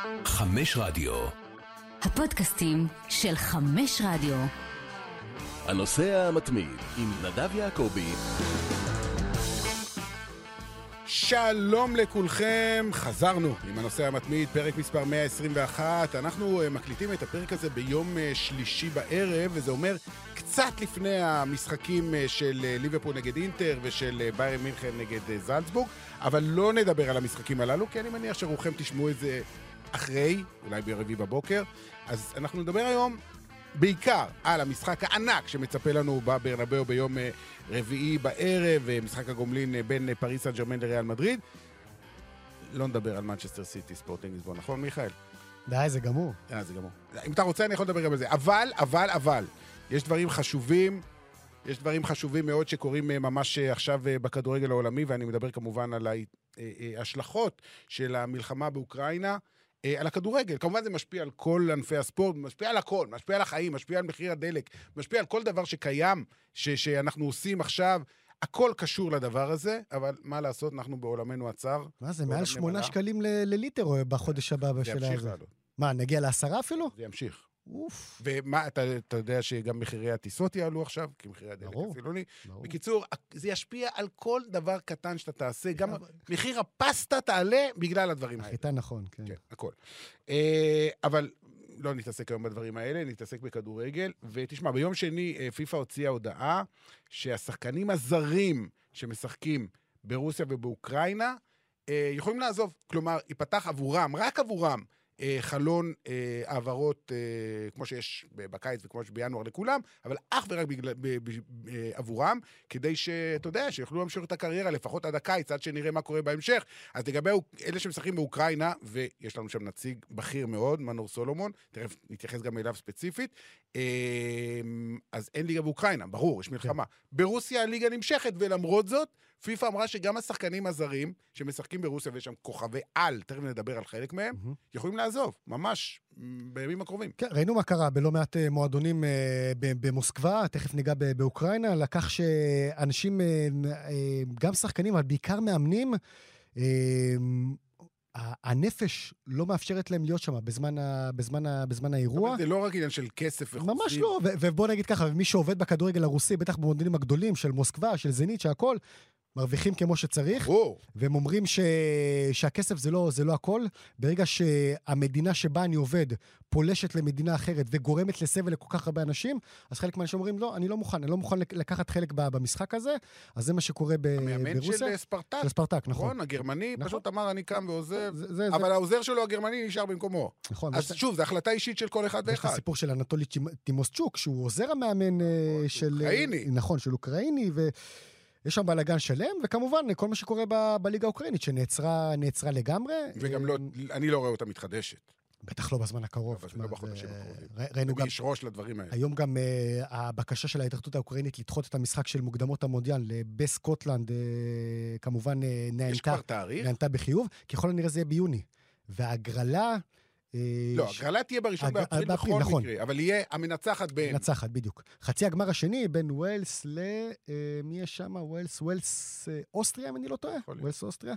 חמש רדיו. הפודקאסטים של חמש רדיו. הנושא המתמיד עם נדב יעקבי. שלום לכולכם, חזרנו עם הנושא המתמיד, פרק מספר 121. אנחנו מקליטים את הפרק הזה ביום שלישי בערב, וזה אומר קצת לפני המשחקים של ליברפול נגד אינטר ושל ביירן מינכן נגד זלצבורג, אבל לא נדבר על המשחקים הללו, כי אני מניח שרובכם תשמעו את זה אחרי, אולי ברביעי בבוקר. אז אנחנו נדבר היום בעיקר על המשחק הענק שמצפה לנו בברנבאו ביום רביעי בערב, משחק הגומלין בין פריס סן ז'רמן לריאל מדריד. לא נדבר על מנצ'סטר סיטי ספורטינג ליסבון, נכון מיכאל? די, זה גמור. זה גמור. אם אתה רוצה אני יכול לדבר גם על זה. אבל, יש דברים חשובים מאוד שקורים ממש עכשיו בכדורגל העולמי, ואני מדבר כמובן על ההשלכות של המלחמה באוקראינה, על הכדורגל. כמובן זה משפיע על כל ענפי הספורט, משפיע על הכל, משפיע על החיים, משפיע על מחיר הדלק, משפיע על כל דבר שקיים, שאנחנו עושים עכשיו. הכל קשור לדבר הזה, אבל מה לעשות, אנחנו בעולמנו הצר. מה זה, מעל 8 שקלים לליטר בחודש הבא בשלה הזה? זה ימשיך לעלות. מה, נגיע ל10 אפילו? זה ימשיך. אוף. ומה, אתה יודע שגם מחירי הטיסות יעלו עכשיו, כי מחירי הדלק אפילוני. בקיצור, זה ישפיע על כל דבר קטן שאתה תעשה, גם מחיר הפסטה תעלה בגלל הדברים האלה. החיטה נכון, כן. כן, הכל. אבל לא נתעסק היום בדברים האלה, נתעסק בכדורגל, ותשמע, ביום שני פיפ"א הוציאה הודעה שהשחקנים הזרים שמשחקים ברוסיה ובאוקראינה יכולים לעזוב, כלומר, ייפתח עבורם, רק עבורם, חלון העברות כמו שיש בקיץ וכמו שבינואר לכולם, אבל אך ורק עבורם, כדי שאתה יודע, שיוכלו להמשיך את הקריירה לפחות עד הקיץ, עד שנראה מה קורה בהמשך. אז לגבי אלה שמשחקים באוקראינה, ויש לנו שם נציג בכיר מאוד, מנור סולומון, תכף נתייחס גם אליו ספציפית, אז אין ליגה באוקראינה, ברור, יש מלחמה. ברוסיה הליגה נמשכת, ולמרות זאת, פיפ"א אמרה שגם השחקנים הזרים שמשחקים ברוסיה, ויש שם כוכבי על, תכף נדבר על חלק מהם, יכולים לעזוב, ממש בימים הקרובים. כן, ראינו מה קרה בלא מעט מועדונים במוסקבה, תכף ניגע באוקראינה, לקח שאנשים, גם שחקנים, אבל בעיקר מאמנים, הנפש לא מאפשרת להם להיות שם בזמן האירוע. זה לא רק עניין של כסף וחוזים. ממש לא, ובוא נגיד ככה, ומי שעובד בכדורגל הרוסי, בטח במועדונים הגדולים של מוסקבה, של זנית, שהכל, מרוויחים כמו שצריך, והם אומרים שהכסף זה לא הכל. ברגע שהמדינה שבה אני עובד פולשת למדינה אחרת וגורמת לסבל לכל כך הרבה אנשים, אז חלק מהאנשים אומרים, לא, אני לא מוכן לקחת חלק במשחק הזה, אז זה מה שקורה ברוסיה. המאמן של ספרטק. של ספרטק, נכון. הגרמני פשוט אמר, אני קם ועוזב, אבל העוזר שלו הגרמני נשאר במקומו. אז שוב, זו החלטה אישית של כל אחד ואחד. יש הסיפור של אנטולי טימוסצ'וק, שהוא עוזר המאמן של... אוקראיני. נכון, של אוקראיני, יש שם בלגן שלם, וכמובן, כל מה שקורה בליגה האוקראינית, שנעצרה לגמרי. וגם לא, אני לא רואה אותה מתחדשת. בטח לא בזמן הקרוב. לא בחודשים הקרובים. הוא ישרוש לדברים האלה. היום גם הבקשה של ההתאחדות האוקראינית לדחות את המשחק של מוקדמות המונדיאל בסקוטלנד, כמובן נענתה בחיוב, ככל הנראה זה יהיה ביוני. וההגרלה... לא, הגרלה תהיה בראשון באפריל בכל מקרה, אבל יהיה המנצחת בין... מנצחת, בדיוק. חצי הגמר השני בין ווילס מי יש שם? ווילס אוסטריה, אם אני לא טועה? ווילס אוסטריה.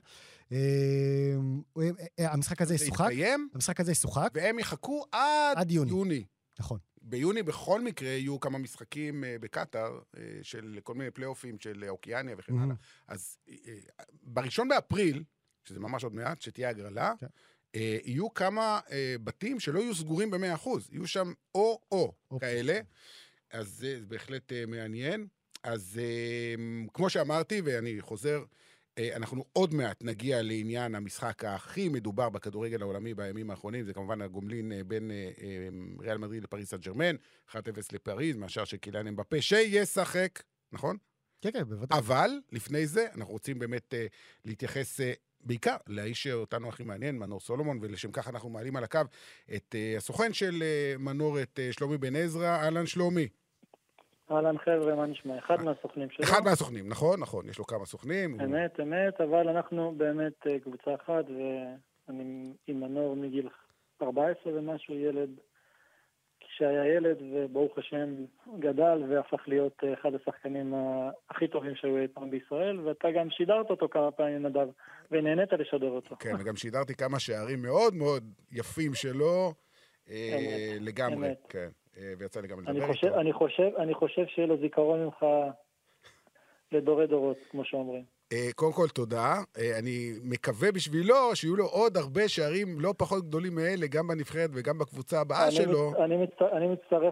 המשחק הזה ישוחק. המשחק הזה ישוחק. והם יחכו עד יוני. נכון. ביוני בכל מקרה יהיו כמה משחקים בקטר, של כל מיני פלייאופים של אוקיאניה וכן הלאה. אז בראשון באפריל, שזה ממש עוד מעט, שתהיה הגרלה, יהיו כמה בתים שלא יהיו סגורים ב100%, יהיו שם או כאלה, אז זה בהחלט מעניין. אז כמו שאמרתי, ואני חוזר, אנחנו עוד מעט נגיע לעניין המשחק הכי מדובר בכדורגל העולמי בימים האחרונים, זה כמובן הגומלין בין ריאל מדריד לפריס סן ז'רמן, 1-0 לפריז, מהשאר של קיליאן אמבפה, שישחק, נכון? כן, בוודאי. אבל לפני זה אנחנו רוצים באמת להתייחס בעיקר לאיש שאותנו הכי מעניין, מנור סולומון, ולשם כך אנחנו מעלים על הקו את הסוכן של מנור, את שלומי בן עזרא. אהלן שלומי. אהלן חבר'ה, מה נשמע? אחד מהסוכנים שלו. אחד מהסוכנים, נכון, יש לו כמה סוכנים. אמת, אבל אנחנו באמת קבוצה אחת, ואני עם מנור מגיל 14 ומשהו, ילד שהיה ילד, וברוך השם גדל והפך להיות אחד השחקנים הכי טובים שהיו אי פעם בישראל, ואתה גם שידרת אותו כמה פעמים, נדב, ונהנית לשדר אותו. כן, וגם שידרתי כמה שערים מאוד מאוד יפים שלו, לגמרי, כן, ויצא לי גם לדבר איתו. אני חושב שיהיה לו זיכרון ממך לדורי דורות, כמו שאומרים. קודם כל תודה, אני מקווה בשבילו שיהיו לו עוד הרבה שערים לא פחות גדולים מאלה, גם בנבחרת וגם בקבוצה הבאה שלו. אני מצטרף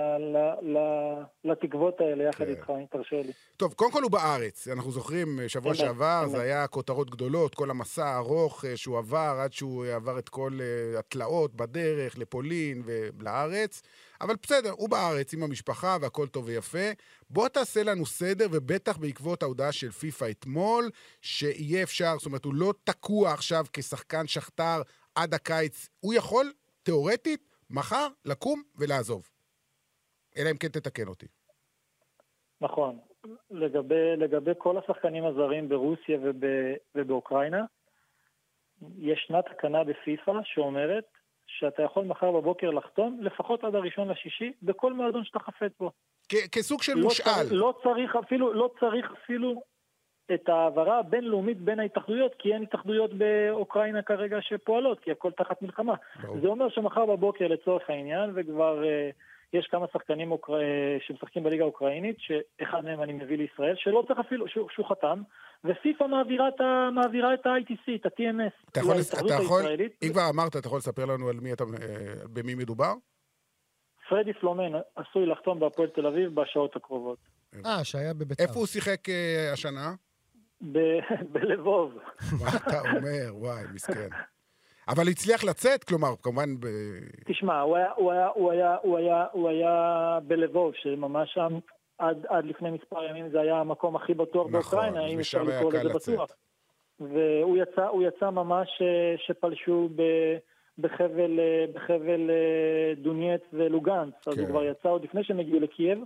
לתקוות האלה יחד איתך, אם תרשה לי. טוב, קודם כל הוא בארץ, אנחנו זוכרים שבוע שעבר, זה היה כותרות גדולות, כל המסע הארוך שהוא עבר, עד שהוא עבר את כל התלאות בדרך לפולין ולארץ, אבל בסדר, הוא בארץ עם המשפחה והכל טוב ויפה. בוא תעשה לנו סדר, ובטח בעקבות ההודעה של פיפה אתמול, שיהיה אפשר, זאת אומרת, הוא לא תקוע עכשיו כשחקן שכתר עד הקיץ. הוא יכול, תיאורטית, מחר לקום ולעזוב. אלא אם כן תתקן אותי. נכון. לגבי כל השחקנים הזרים ברוסיה ובאוקראינה, ישנה תקנה בפיפה שאומרת שאתה יכול מחר בבוקר לחתום לפחות עד 1/6 בכל מועדון שאתה חפץ בו. כסוג של מושאל. לא צריך אפילו את העברה הבינלאומית בין ההתאחדויות, כי אין התאחדויות באוקראינה כרגע שפועלות, כי הכל תחת מלחמה. זה אומר שמחר בבוקר לצורך העניין, וכבר יש כמה שחקנים שמשחקים בליגה האוקראינית, שאחד מהם אני מביא לישראל, שלא צריך אפילו, שהוא חתם, ופיפה מעבירה את ה-ITC, את ה-TMS. אתה יכול, אם כבר אמרת, אתה יכול לספר לנו על במי מדובר? פרדי פלומן עשוי לחתום בהפועל תל אביב בשעות הקרובות. שהיה בביתר. איפה הוא שיחק השנה? בלבוב. מה אתה אומר? וואי, מסכן. אבל הצליח לצאת, כלומר, כמובן... תשמע, הוא היה בלבוב, שממש שם עד לפני מספר ימים זה היה המקום הכי בטוח באוקראינה, אם אפשר לקרוא לזה בטוח. והוא יצא ממש שפלשו בחבל דונייץ ולוגנץ, אז הוא כבר יצא עוד לפני שהם הגיעו לקייב,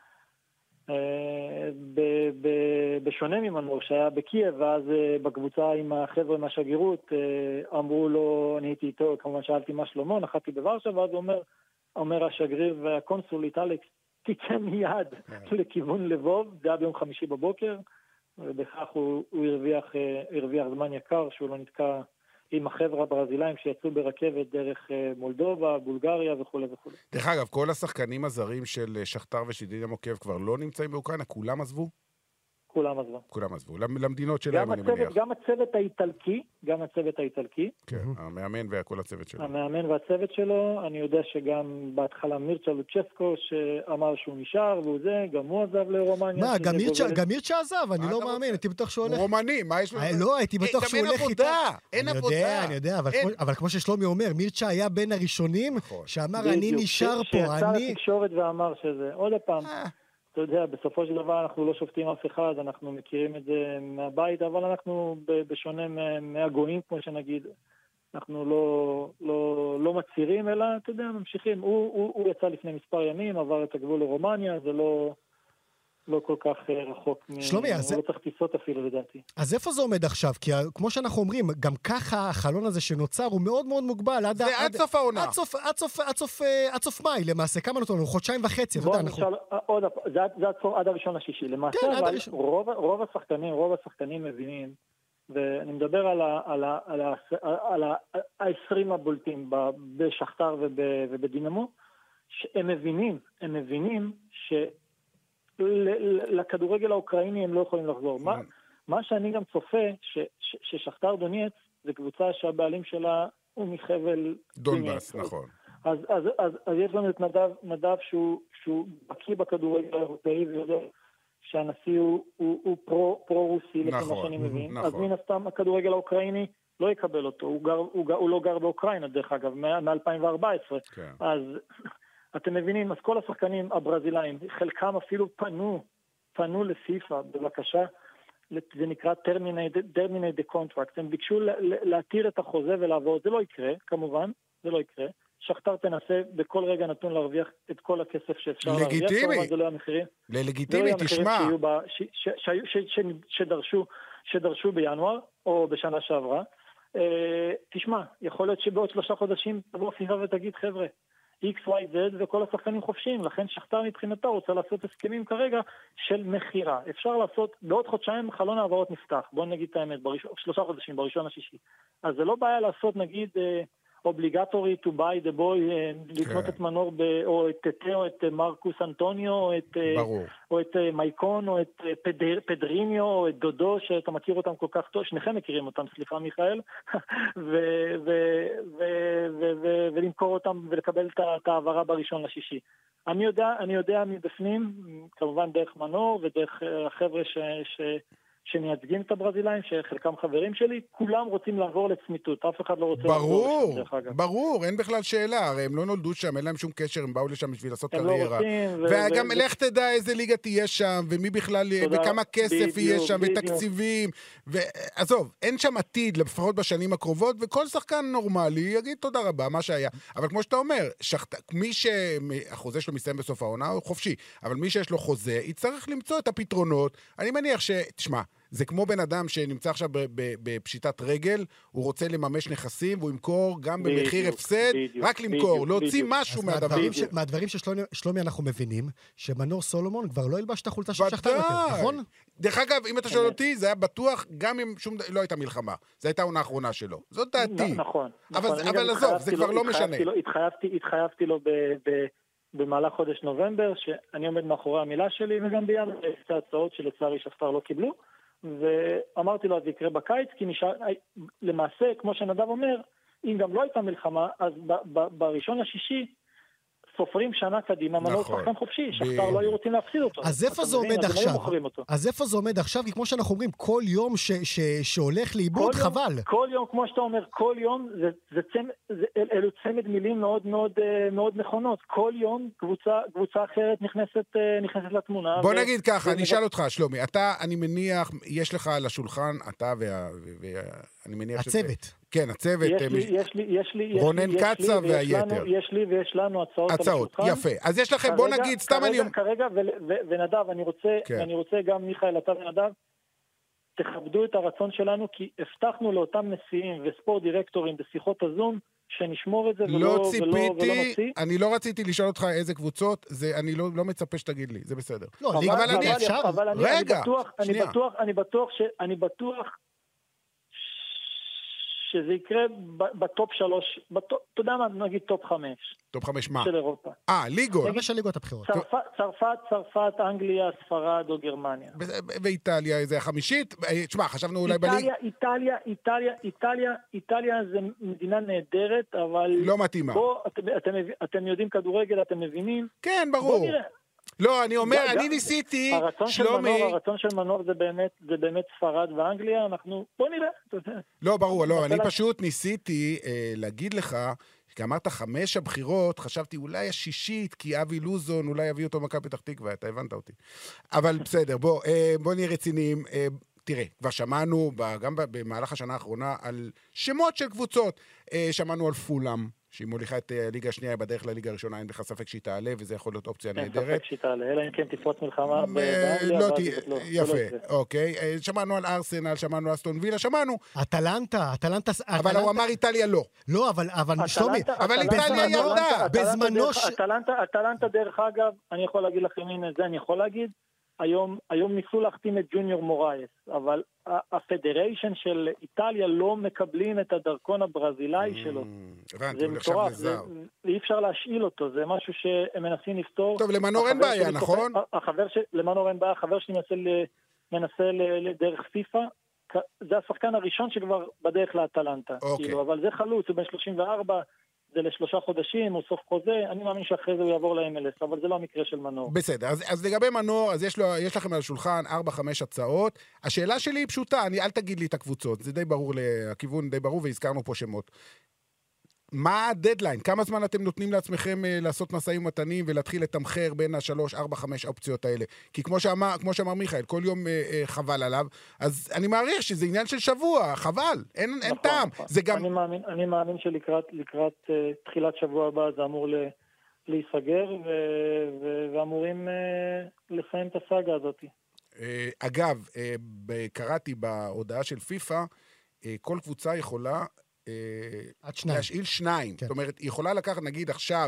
בשונה ממנו שהיה בקייב, ואז בקבוצה עם החבר'ה מהשגרירות אמרו לו, אני הייתי איתו, כמובן שאלתי מה שלמה, נחתי בוורשה, ואז אומר השגריר והקונסולית אלכס, תיתן מיד לכיוון לבוב, זה היה ביום חמישי בבוקר, ובכך הוא הרוויח זמן יקר שהוא לא נתקע עם החבר'ה הברזילאים שיצאו ברכבת דרך מולדובה, בולגריה וכו' וכו'. דרך אגב, כל השחקנים הזרים של שכתר ושידידיה מוקב כבר לא נמצאים באוקראינה? כולם עזבו? כולם עזבו. למדינות שלהם אני מניח. גם הצוות האיטלקי. כן, המאמן וכל הצוות שלו. המאמן והצוות שלו, אני יודע שגם בהתחלה מירצ'ה לוצ'סקו שאמר שהוא נשאר, והוא זה, גם הוא עזב לרומניה. מה, גם מירצ'ה עזב, אני לא מאמין, הייתי בטוח שהוא הולך. הוא רומני, מה יש לו? לא, הייתי בטוח שהוא הולך איתה. אין עבודה. אני יודע, אבל כמו ששלומי אומר, מירצ'ה היה בין הראשונים שאמר, אני נשאר פה, שיצא לתקשורת ואמר שזה. עוד הפעם. אתה יודע, בסופו של דבר אנחנו לא שופטים אף אחד, אנחנו מכירים את זה מהבית, אבל אנחנו בשונה מהגויים, כמו שנגיד, אנחנו לא מצירים, אלא, אתה יודע, ממשיכים. הוא יצא לפני מספר ימים, עבר את הגבול לרומניה, זה לא כל כך רחוק. שלומי, הוא לא צריך טיסות אפילו, לדעתי. אז איפה זה עומד עכשיו? כי כמו שאנחנו אומרים, גם ככה החלון הזה שנוצר הוא מאוד מאוד מוגבל. זה עד סוף העונה. עד סוף מאי, למעשה. כמה נותן לנו? 1.5 חודשים. זה עד 1/6. למעשה, רוב השחקנים מבינים, ואני מדבר על ה-20 הבולטים בשכתר ובדינמו, שהם מבינים לכדורגל האוקראיני הם לא יכולים לחזור. מה שאני גם צופה, ששכתר דונייץ זה קבוצה שהבעלים שלה הוא מחבל דונבאס, נכון. אז יש לנו את נדב שהוא בקיא בכדורגל האירופאי ויודע שהנשיא הוא פרו-רוסי, לפי מה שאני מבין. אז מן הסתם הכדורגל האוקראיני לא יקבל אותו. הוא לא גר באוקראינה, דרך אגב, מ-2014. אז אתם מבינים, אז כל השחקנים הברזילאים, חלקם אפילו פנו לפיפה בבקשה, זה נקרא terminate the contract, הם ביקשו להתיר את החוזה ולעבור, זה לא יקרה, כמובן, זה לא יקרה, שכתר תנסה בכל רגע נתון להרוויח את כל הכסף שאפשר להרוויח, כמובן זה לא המחירים, לגיטימי, תשמע. שדרשו בינואר, או בשנה שעברה, תשמע, יכול להיות שבעוד 3 חודשים תבוא פיפה ותגיד, חבר'ה, XYZ וכל השחקנים חופשיים, לכן שכתר מבחינתו רוצה לעשות הסכמים כרגע של מחירה. אפשר לעשות, בעוד חודשיים חלון העברות נפתח, בואו נגיד את האמת, 3 חודשים, בראשון השישי. אז זה לא בעיה לעשות נגיד obligatory to buy the boy, לקנות את מנור, או את טטה, או את מרקוס אנטוניו, או את מייקון, או את פדריניו, או את דודו, שאתה מכיר אותם כל כך טוב, שניכם מכירים אותם, סליחה מיכאל, ולמכור אותם ולקבל את העברה בראשון לשישי. אני יודע מבפנים, כמובן דרך מנור ודרך החבר'ה שמייצגים את הברזילאים, שחלקם חברים שלי, כולם רוצים לעבור לצמיתות, אף אחד לא רוצה לעבור לשם, דרך אגב. ברור, אין בכלל שאלה, הרי הם לא נולדו שם, אין להם שום קשר, הם באו לשם בשביל לעשות קריירה. וגם לך תדע איזה ליגה תהיה שם, ומי בכלל, וכמה כסף יהיה שם, ותקציבים, ועזוב, אין שם עתיד, לפחות בשנים הקרובות, וכל שחקן נורמלי יגיד תודה רבה, מה שהיה. אבל כמו שאתה אומר, מי שהחוזה שלו מסיים בסוף העונה, הוא חופשי, אבל מי שיש לו חוזה, יצטרך למצוא את הפתרונות. אני מניח תשמע, זה כמו בן אדם שנמצא עכשיו בפשיטת רגל, הוא רוצה לממש נכסים, והוא ימכור גם במחיר הפסד, רק למכור, להוציא משהו מהדבר. מהדברים ששלומי אנחנו מבינים, שמנור סולומון כבר לא ילבש את החולצה של שכתר יותר, נכון? דרך אגב, אם אתה שואל אותי, זה היה בטוח, גם אם לא הייתה מלחמה. זו הייתה העונה האחרונה שלו. זאת דעתי. נכון. אבל עזוב, זה כבר לא משנה. התחייבתי לו במהלך חודש נובמבר, שאני עומד מאחורי המילה שלי, וגם בינואר שתי הצעות שלצערי שכתר לא קיבלו. ואמרתי לו, אז יקרה בקיץ, כי למעשה, כמו שנדב אומר, אם גם לא הייתה מלחמה, אז בראשון לשישי, סופרים שנה קדימה, מנור שחקן חופשי, שכתר לא היו רוצים להפסיד אותו. אז איפה זה עומד עכשיו? אז איפה זה עומד עכשיו? כי כמו שאנחנו אומרים, כל יום שהולך לאיבוד, חבל. כל יום, כמו שאתה אומר, כל יום, אלו צמד מילים מאוד מאוד מאוד נכונות. כל יום קבוצה אחרת נכנסת לתמונה. בוא נגיד ככה, אני אשאל אותך, שלומי, אני מניח, יש לך על השולחן, אתה ואני מניח הצוות. כן, הצוות, יש לי, רונן קצה והיתר. יש לי ויש לנו הצעות, יפה. אז יש לכם, בוא נגיד, סתם אני... כרגע, ונדב, אני רוצה גם מיכאל, אתה ונדב, תכבדו את הרצון שלנו, כי הבטחנו לאותם נשיאים וספורט דירקטורים בשיחות הזום, שנשמור את זה ולא נוציא. אני לא רציתי לשאול אותך איזה קבוצות, אני לא מצפה שתגיד לי, זה בסדר. אבל אני אפשר. רגע, אני בטוח שזה יקרה בטופ 3, אתה יודע מה, נגיד טופ 5. טופ 5 מה? של אירופה. ליגות. רגע של ליגות הבחירות. צרפת, אנגליה, ספרד או גרמניה. ואיטליה, זה החמישית? תשמע, חשבנו אולי בליגה. איטליה זה מדינה נהדרת, אבל... לא מתאימה. אתם יודעים כדורגל, אתם מבינים? כן, ברור. בוא נראה. לא, אני אומר, אני ניסיתי, שלומי... הרצון של מנור זה באמת ספרד ואנגליה, בוא נראה. לא, ברור, לא, אני פשוט ניסיתי להגיד לך, כי אמרת 5 הבחירות, חשבתי אולי השישית, כי אבי לוזון אולי יביא אותו מכבי פתח תקווה, אתה הבנת אותי. אבל בסדר, בוא נהיה רציניים. תראה, כבר שמענו, גם במהלך השנה האחרונה, על שמות של קבוצות. שמענו על פולאם, שהיא מוליכה את הליגה השנייה בדרך לליגה הראשונה, אין לך ספק שהיא תעלה, וזה יכול להיות אופציה נהדרת. אין ספק שהיא תעלה, אלא אם כן תפרוץ מלחמה לא, יפה, אוקיי. שמענו על ארסנל, שמענו על אסטון וילה, שמענו. אטלנטה. אבל הוא אמר איטליה לא. לא, אבל שלומי, אבל איטליה ירדה. בזמנו... אטלנטה דרך אגב, אני יכול להגיד לכם, הנה זה אני יכול להגיד, היום ניסו להחתים את ג'וניור מורייס, אבל הפדריישן של איטליה לא מקבלים את הדרכון הברזילאי שלו. זה מטורף, אי אפשר להשאיל אותו, זה משהו שהם מנסים לפתור. טוב, למנור אין בעיה, נכון? למנור אין בעיה, החבר שלי מנסה דרך פיפה, זה השחקן הראשון שכבר בדרך לאטלנטה, אבל זה חלוץ, הוא בן 34, זה ל3 חודשים, הוא סוף חוזה, אני מאמין שאחרי זה הוא יעבור ל-MLS, אבל זה לא המקרה של מנור. בסדר, אז לגבי מנור, אז יש לכם על השולחן 4-5 הצעות. השאלה שלי היא פשוטה, אל תגיד לי את הקבוצות, זה די ברור, הכיוון די ברור, והזכרנו פה שמות. מה הדדליין? כמה זמן אתם נותנים לעצמכם לעשות משאים ומתנים ולהתחיל לתמחר בין 3, 4, 5 האופציות האלה? כי כמו שאמר מיכאל, כל יום חבל עליו, אז אני מעריך שזה עניין של שבוע, חבל, אין טעם. זה גם... אני מאמין שלקראת תחילת שבוע הבא זה אמור להיסגר, ואמורים לסיים את הסאגה הזאת. אגב, קראתי בהודעה של פיפה, כל קבוצה יכולה... להשאיל 2. זאת אומרת, היא יכולה לקחת, נגיד עכשיו,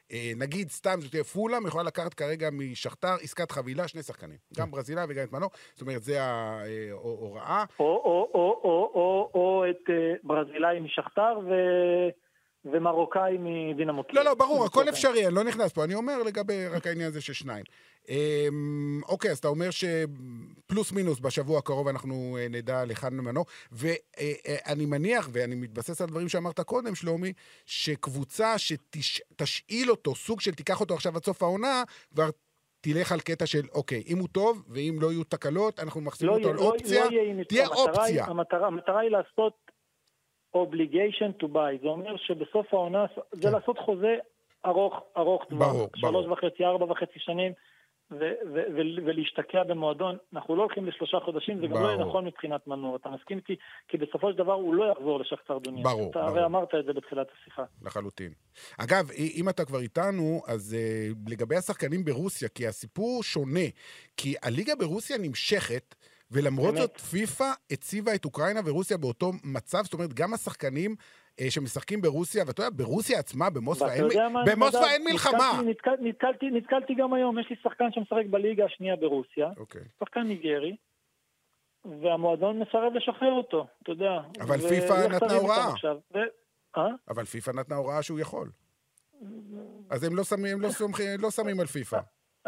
נגיד, סתם, זאת תהיה פולאם, יכולה לקחת כרגע משכתר עסקת חבילה, 2 שחקנים. גם ברזילאי וגם את מנו. זאת אומרת, זה ההוראה. או את ברזילאי משכתר ומרוקאי מדינמו קייב. לא, ברור, הכל אפשרי, אני לא נכנס פה. אני אומר לגבי רק העניין הזה ש2. אוקיי, אז אתה אומר שפלוס מינוס בשבוע הקרוב אנחנו נדע לכאן ממנו, ואני מניח, ואני מתבסס על דברים שאמרת קודם, שלומי, שקבוצה שתשאיל אותו, סוג של תיקח אותו עכשיו עד סוף העונה, כבר תלך על קטע של, אוקיי, אם הוא טוב, ואם לא יהיו תקלות, אנחנו מחזירים אותו על אופציה, תהיה אופציה. המטרה היא לעשות obligation to buy, זה אומר שבסוף העונה, זה לעשות חוזה ארוך טווח, 3.5-4.5 שנים, ולהשתקע במועדון. אנחנו לא הולכים ל3 חודשים, זה גם לא נכון מבחינת מנור. אתה מסכים איתי, כי בסופו של דבר הוא לא יחזור לשכתר דוניה. ברור. אתה הרי אמרת את זה בתחילת השיחה. לחלוטין. אגב, אם אתה כבר איתנו, אז לגבי השחקנים ברוסיה, כי הסיפור שונה, כי הליגה ברוסיה נמשכת, ולמרות זאת פיפה הציבה את אוקראינה ורוסיה באותו מצב, זאת אומרת, גם השחקנים שמשחקים ברוסיה, ואתה יודע, ברוסיה עצמה, במוסקבה אין מלחמה. נתקלתי גם היום, יש לי שחקן שמשחק בליגה השנייה ברוסיה, שחקן ניגרי, והמועדון מסרב לשחרר אותו, אתה יודע. אבל פיפה נתנה הוראה. אבל פיפה נתנה הוראה שהוא יכול. אז הם לא שמים על פיפה.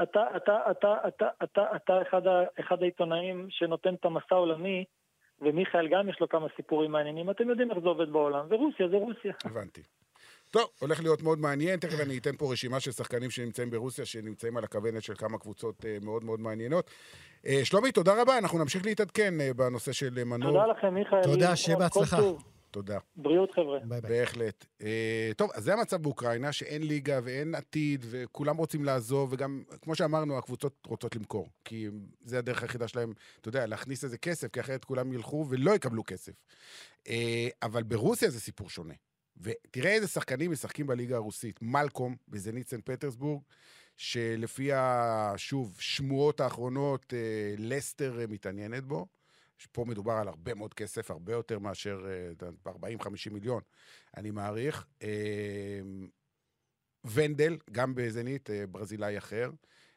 אתה אחד העיתונאים שנותן את המסע העולמי, ומיכאל גם יש לו כמה סיפורים מעניינים, אתם יודעים איך זה עובד בעולם, ורוסיה זה רוסיה. הבנתי. טוב, הולך להיות מאוד מעניין, תכף אני אתן פה רשימה של שחקנים שנמצאים ברוסיה, שנמצאים על הכוונת של כמה קבוצות מאוד מאוד מעניינות. שלומי, תודה רבה, אנחנו נמשיך להתעדכן בנושא של מנור. תודה לכם, מיכאל. תודה, שיהיה בהצלחה. תודה. בריאות חבר'ה. ביי ביי. בהחלט. טוב, אז זה המצב באוקראינה, שאין ליגה ואין עתיד, וכולם רוצים לעזוב, וגם, כמו שאמרנו, הקבוצות רוצות למכור, כי זה הדרך היחידה שלהם, אתה יודע, להכניס איזה כסף, כי אחרת כולם ילכו ולא יקבלו כסף. אבל ברוסיה זה סיפור שונה. ותראה איזה שחקנים משחקים בליגה הרוסית. מלקום בזנית סנט פטרסבורג, שלפי, שוב, שמועות האחרונות, לסטר מתעניינת בו. פה מדובר על הרבה מאוד כסף, הרבה יותר מאשר 40-50 מיליון, אני מעריך. ונדל, גם בזנית, ברזילאי אחר.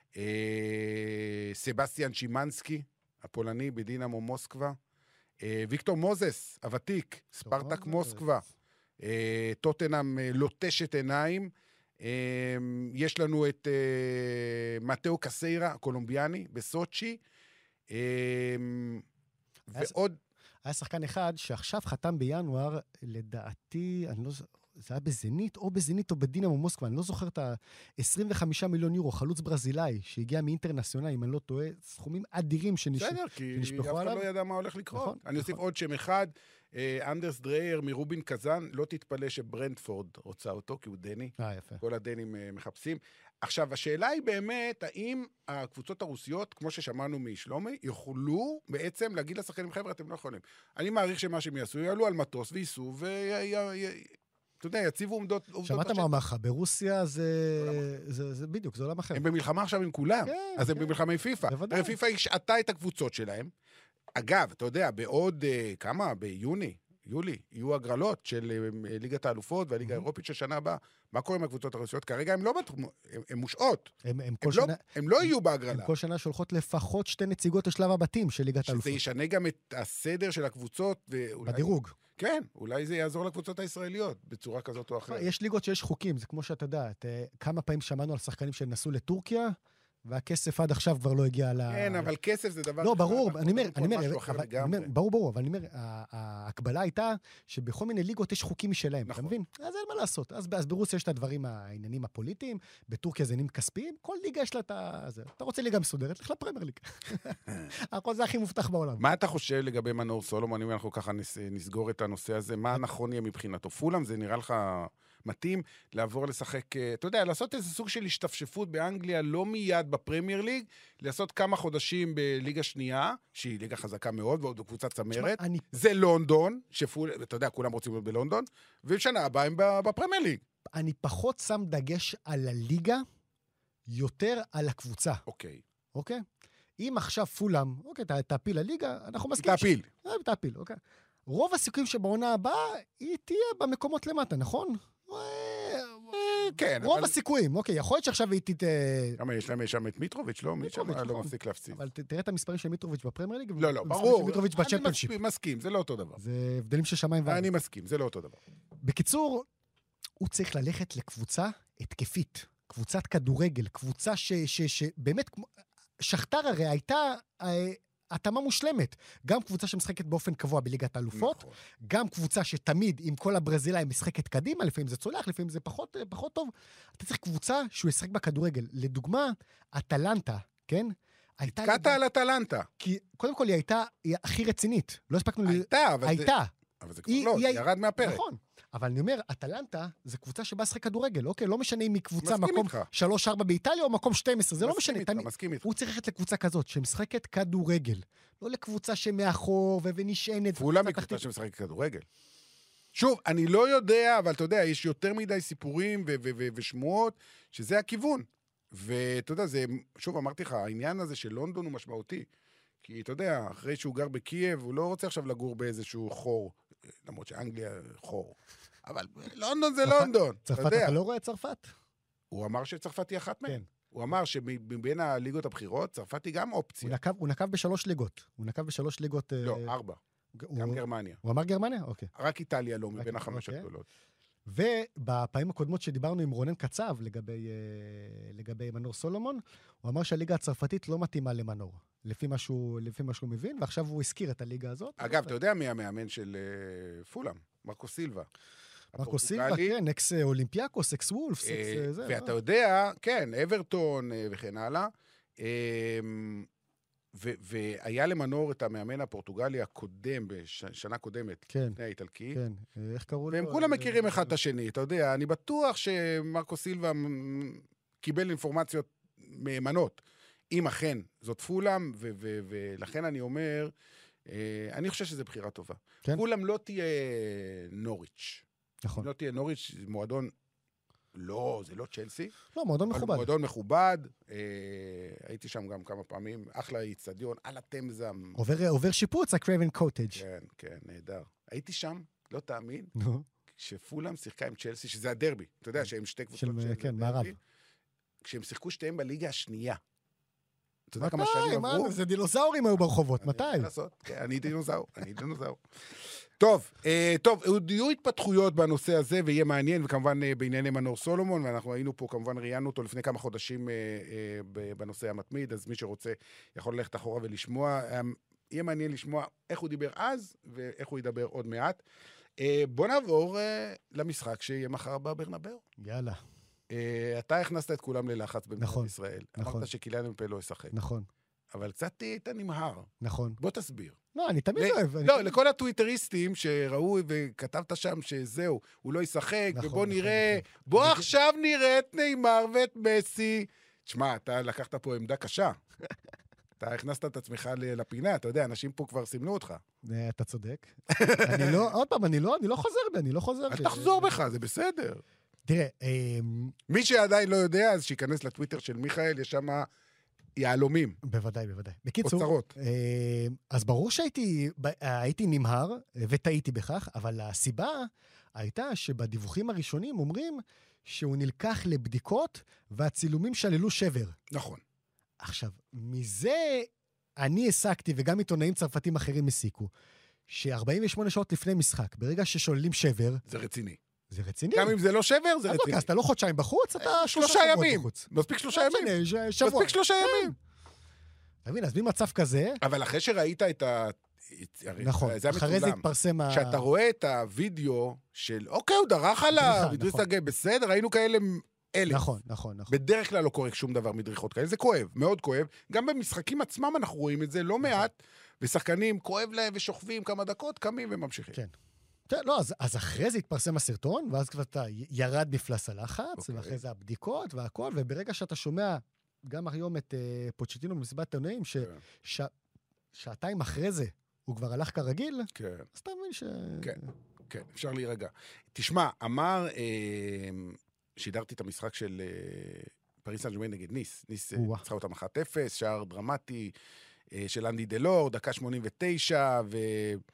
סבסטיאן שימנסקי, הפולני, בדינמו מוסקבה. ויקטור מוזס, הוותיק, ספרטק מוסקבה. טוטנהאם לוטשת עיניים. יש לנו את מתאו קסיירה, הקולומביאני, בסוצ'י. ועוד... היה שחקן אחד שעכשיו חתם בינואר, לדעתי, זה היה בזנית או בדינמו מוסקבה, אני לא זוכר את ה-25 מיליון יורו, חלוץ ברזילאי, שהגיע מאינטרנציונל, אם אני לא טועה, סכומים אדירים שנשפחו עליו. בסדר, כי אף אחד לא ידע מה הולך לקרות. אני אוסיף עוד שם אחד, אנדרס דרייר מרובין קזן, לא תתפלא שברנדפורד רוצה אותו, כי הוא דני. יפה. כל הדנים מחפשים. עכשיו, השאלה היא באמת, האם הקבוצות הרוסיות, כמו ששמענו משלומי, יוכלו בעצם להגיד לשחקנים, חבר'ה, אתם לא יכולים. אני מעריך שמה שהם יעשו, יעלו על מטוס וייסעו, אתה יודע, יציבו עומדות... שמעת מה אמרך, ברוסיה זה בדיוק, זה עולם אחר. הם במלחמה עכשיו עם כולם, אז הם במלחמה עם פיפה. פיפה השעתה את הקבוצות שלהם. אגב, אתה יודע, בעוד כמה? ביולי, יהיו הגרלות של ליגת האלופות והליגה האירופית של שנה הבאה. מה קורה עם הקבוצות הרוסיות? כרגע הן מושעות. הם לא יהיו בהגרלה. הם כל שנה שולחות לפחות 2 נציגות לשלב הבתים של ליגת האלופות. שזה ישנה גם את הסדר של הקבוצות. בדירוג. כן, אולי זה יעזור לקבוצות הישראליות בצורה כזאת או אחרת. יש ליגות שיש חוקים, זה כמו שאתה יודע. כמה פעמים שמענו על שחקנים שנסעו לטורקיה, והכסף עד עכשיו כבר לא הגיע ל... כן, אבל כסף זה דבר... לא, ברור, אני אומר, ברור, אבל אני אומר, ההקבלה הייתה שבכל מיני ליגות יש חוקים משלהם, אתה מבין? אז אין מה לעשות. אז ברוסיה יש את הדברים, העניינים הפוליטיים, בטורקיה זה עניינים כספיים, כל ליגה יש לה את זה. אתה רוצה ליגה מסודרת, לך לפרמייר ליג. הכל זה הכי מובטח בעולם. מה אתה חושב לגבי מנור סולומון? אם אנחנו ככה נסגור את הנושא הזה, מה נכון יהיה מבחינתו? פולאם, זה נראה לך מתאים לעבור לשחק, אתה יודע, לעשות איזה סוג של השתפשפות באנגליה, לא מיד בפרמייר ליג, לעשות כמה חודשים בליגה שנייה, שהיא ליגה חזקה מאוד, ועוד קבוצת צמרת. זה לונדון, אתה יודע, כולם רוצים להיות בלונדון, ושנה הבאה הם בפרמייר ליג. אני פחות שם דגש על הליגה, יותר על הקבוצה. אוקיי? אם עכשיו פולאם, אוקיי, תעפיל לליגה, אנחנו מסכים. תעפיל, אוקיי. רוב הסיכויים שבעונה הבאה, היא תהיה במקומות למטה, נכון? כן. רוב הסיכויים, אוקיי, יכול להיות שעכשיו היא למה יש להם שם את מיטרוביץ', לא? מי שם לא מפסיק להפסיד. אבל תראה את המספרים של מיטרוביץ' בפרמייר ליג. לא, ברור. מיטרוביץ' בצ'מפיונשיפ. אני מסכים, זה לא אותו דבר. זה הבדלים של שמיים וארץ. אני מסכים, זה לא אותו דבר. בקיצור, הוא צריך ללכת לקבוצה התקפית, קבוצת כדורגל, קבוצה שבאמת, שכתר הרי הייתה התאמה מושלמת. גם קבוצה שמשחקת באופן קבוע בליגת האלופות, נכון. גם קבוצה שתמיד עם כל הברזילאים משחקת קדימה, לפעמים זה צולח, לפעמים זה פחות טוב. אתה צריך קבוצה שהוא ישחק בכדורגל. לדוגמה, אטלנטה, כן? התקעת על אטלנטה. כי קודם כל היא הכי רצינית. לא הספקנו... הייתה. אבל זה כבר לא, זה ירד מהפרק. נכון. אבל אני אומר, אטלנטה זה קבוצה שבאה לשחק כדורגל, אוקיי? לא משנה אם היא קבוצה מקום 3-4 באיטליה או מקום 12, זה לא משנה. מסכים איתך. הוא צריך ללכת לקבוצה כזאת, שמשחקת כדורגל. לא לקבוצה שמאחור ונשענת. ואולי מקבוצה שמשחקת כדורגל. שוב, אני לא יודע, אבל אתה יודע, יש יותר מדי סיפורים ושמועות, שזה הכיוון. ואתה יודע, שוב אמרתי לך, העניין הזה של לונדון הוא משמעותי. כי אתה יודע, אחרי שהוא גר בקייב, הוא לא רוצה עכשיו לגור באיזשהו חור. למרות שאנגליה חור. אבל לונדון זה לונדון. צרפת, אתה לא רואה צרפת? הוא אמר שצרפת היא אחת מהן. הוא אמר שמבין הליגות הבחירות, צרפת היא גם אופציה. הוא נקב ב3 ליגות. הוא נקב ב3 ליגות... לא, 4. גם גרמניה. הוא אמר גרמניה? אוקיי. רק איטליה לא, מבין 5 הגדולות. ובפעמים הקודמות שדיברנו עם רונן קצב לגבי מנור סולומון, הוא אמר שהליגה הצרפתית לא מתאימה למנור, לפי מה שהוא מבין, ועכשיו הוא הזכיר את הליגה הזאת. אגב, אתה יודע מי המאמן של פולאם? מרקו סילבה. מרקו סילבה, כן, אקס אולימפיאקוס, אקס וולפס, זה. ואתה יודע, כן, אברטון וכן הלאה, והיה למנור את המאמן הפורטוגלי הקודם, בשנה קודמת, לפני האיטלקי. כן, איך קראו לו? והם כולם מכירים אחד את השני, אתה יודע, אני בטוח שמרקו סילבה קיבל אינפורמציות מהימנות, אם אכן זאת פולאם, ולכן אני אומר, אני חושב שזו בחירה טובה. פולאם לא תהיה נוריץ'. נכון. לא תהיה נוריץ', זה מועדון... לא, זה לא צ'לסי. לא, מועדון מכובד. מועדון מכובד. הייתי שם גם כמה פעמים. אחלה איצטדיון, על התמזה. עובר שיפוץ, הקרייבן קוטג'. כן, כן, נהדר. הייתי שם, לא תאמין, כשפולאם שיחקה עם צ'לסי, שזה הדרבי. אתה יודע שהם שתי קבוצות של כן, מערב. כשהם שיחקו שתיהם בליגה השנייה. אתה יודע כמה שנים עברו? מתי? זה דינוזאורים היו ברחובות, מתי? אני דינוזאור. טוב, יהיו התפתחויות בנושא הזה, ויהיה מעניין, וכמובן בענייני מנור סולומון, ואנחנו היינו פה, כמובן ראיינו אותו לפני כמה חודשים בנושא המתמיד, אז מי שרוצה יכול ללכת אחורה ולשמוע, יהיה מעניין לשמוע איך הוא דיבר אז, ואיך הוא ידבר עוד מעט. בוא נעבור למשחק שיהיה מחר בברנבאו. יאללה. אתה הכנסת את כולם ללחץ במדינת ישראל. נכון. אמרת שקיליאן אמבפה לא ישחק. נכון. אבל קצת היית נמהר. נכון. בוא תסביר. לא, אני תמיד אוהב. לא, לכל הטוויטריסטים שראו וכתבת שם שזהו, הוא לא ישחק, ובוא נראה, בוא עכשיו נראה את ניימר ואת מסי. תשמע, אתה לקחת פה עמדה קשה. אתה הכנסת את עצמך לפינה, אתה יודע, אנשים פה כבר סימנו אותך. אתה צודק. עוד פעם, אני לא חוזר בי. אל תחזור בך, זה בסדר. תראה, מי שעדיין לא יודע, אז שיכנס לטוויטר של מיכאל, יש שם יעלומים. בוודאי. בקיצור, אז ברור שהייתי נמהר, וטעיתי בכך, אבל הסיבה הייתה שבדיווחים הראשונים אומרים שהוא נלקח לבדיקות, והצילומים שללו שבר. נכון. עכשיו, מזה אני הסקתי, וגם עיתונאים צרפתים אחרים הסיקו, ש48 שעות לפני משחק, ברגע ששוללים שבר... זה רציני. זה רציני. גם אם זה לא שבר, זה רציני. אז אתה לא חודשיים בחוץ, אתה 3 ימים. מספיק 3 ימים. מספיק 3 ימים. אתה מבין, אז במצב כזה... אבל אחרי שראית את ה... נכון, אחרי זה התפרסם כשאתה רואה את הוידאו של, אוקיי, הוא דרך עליו, וידאו סגי, בסדר, היינו כאלה 1000. נכון. בדרך כלל לא קורה שום דבר מדריכות כאלה, זה כואב, מאוד כואב. גם במשחקים עצמם אנחנו רואים את זה לא מעט, ושחקנים כואב להם ושוכבים כמה דקות, קמים וממשיכים. כן. לא, אז אחרי זה התפרסם הסרטון, ואז כבר אתה ירד מפלס הלחץ, ואחרי זה הבדיקות והכל, וברגע שאתה שומע גם היום את פוצ'טינו במסיבת העיתונאים, ששעתיים אחרי זה הוא כבר הלך כרגיל, אז אתה מבין ש... כן, אפשר להירגע. תשמע, אמר, שידרתי את המשחק של פריס סן ז'רמן נגד ניס. ניס ניצחה אותם 1-0, שער דרמטי של אנדי דלור, דקה 89,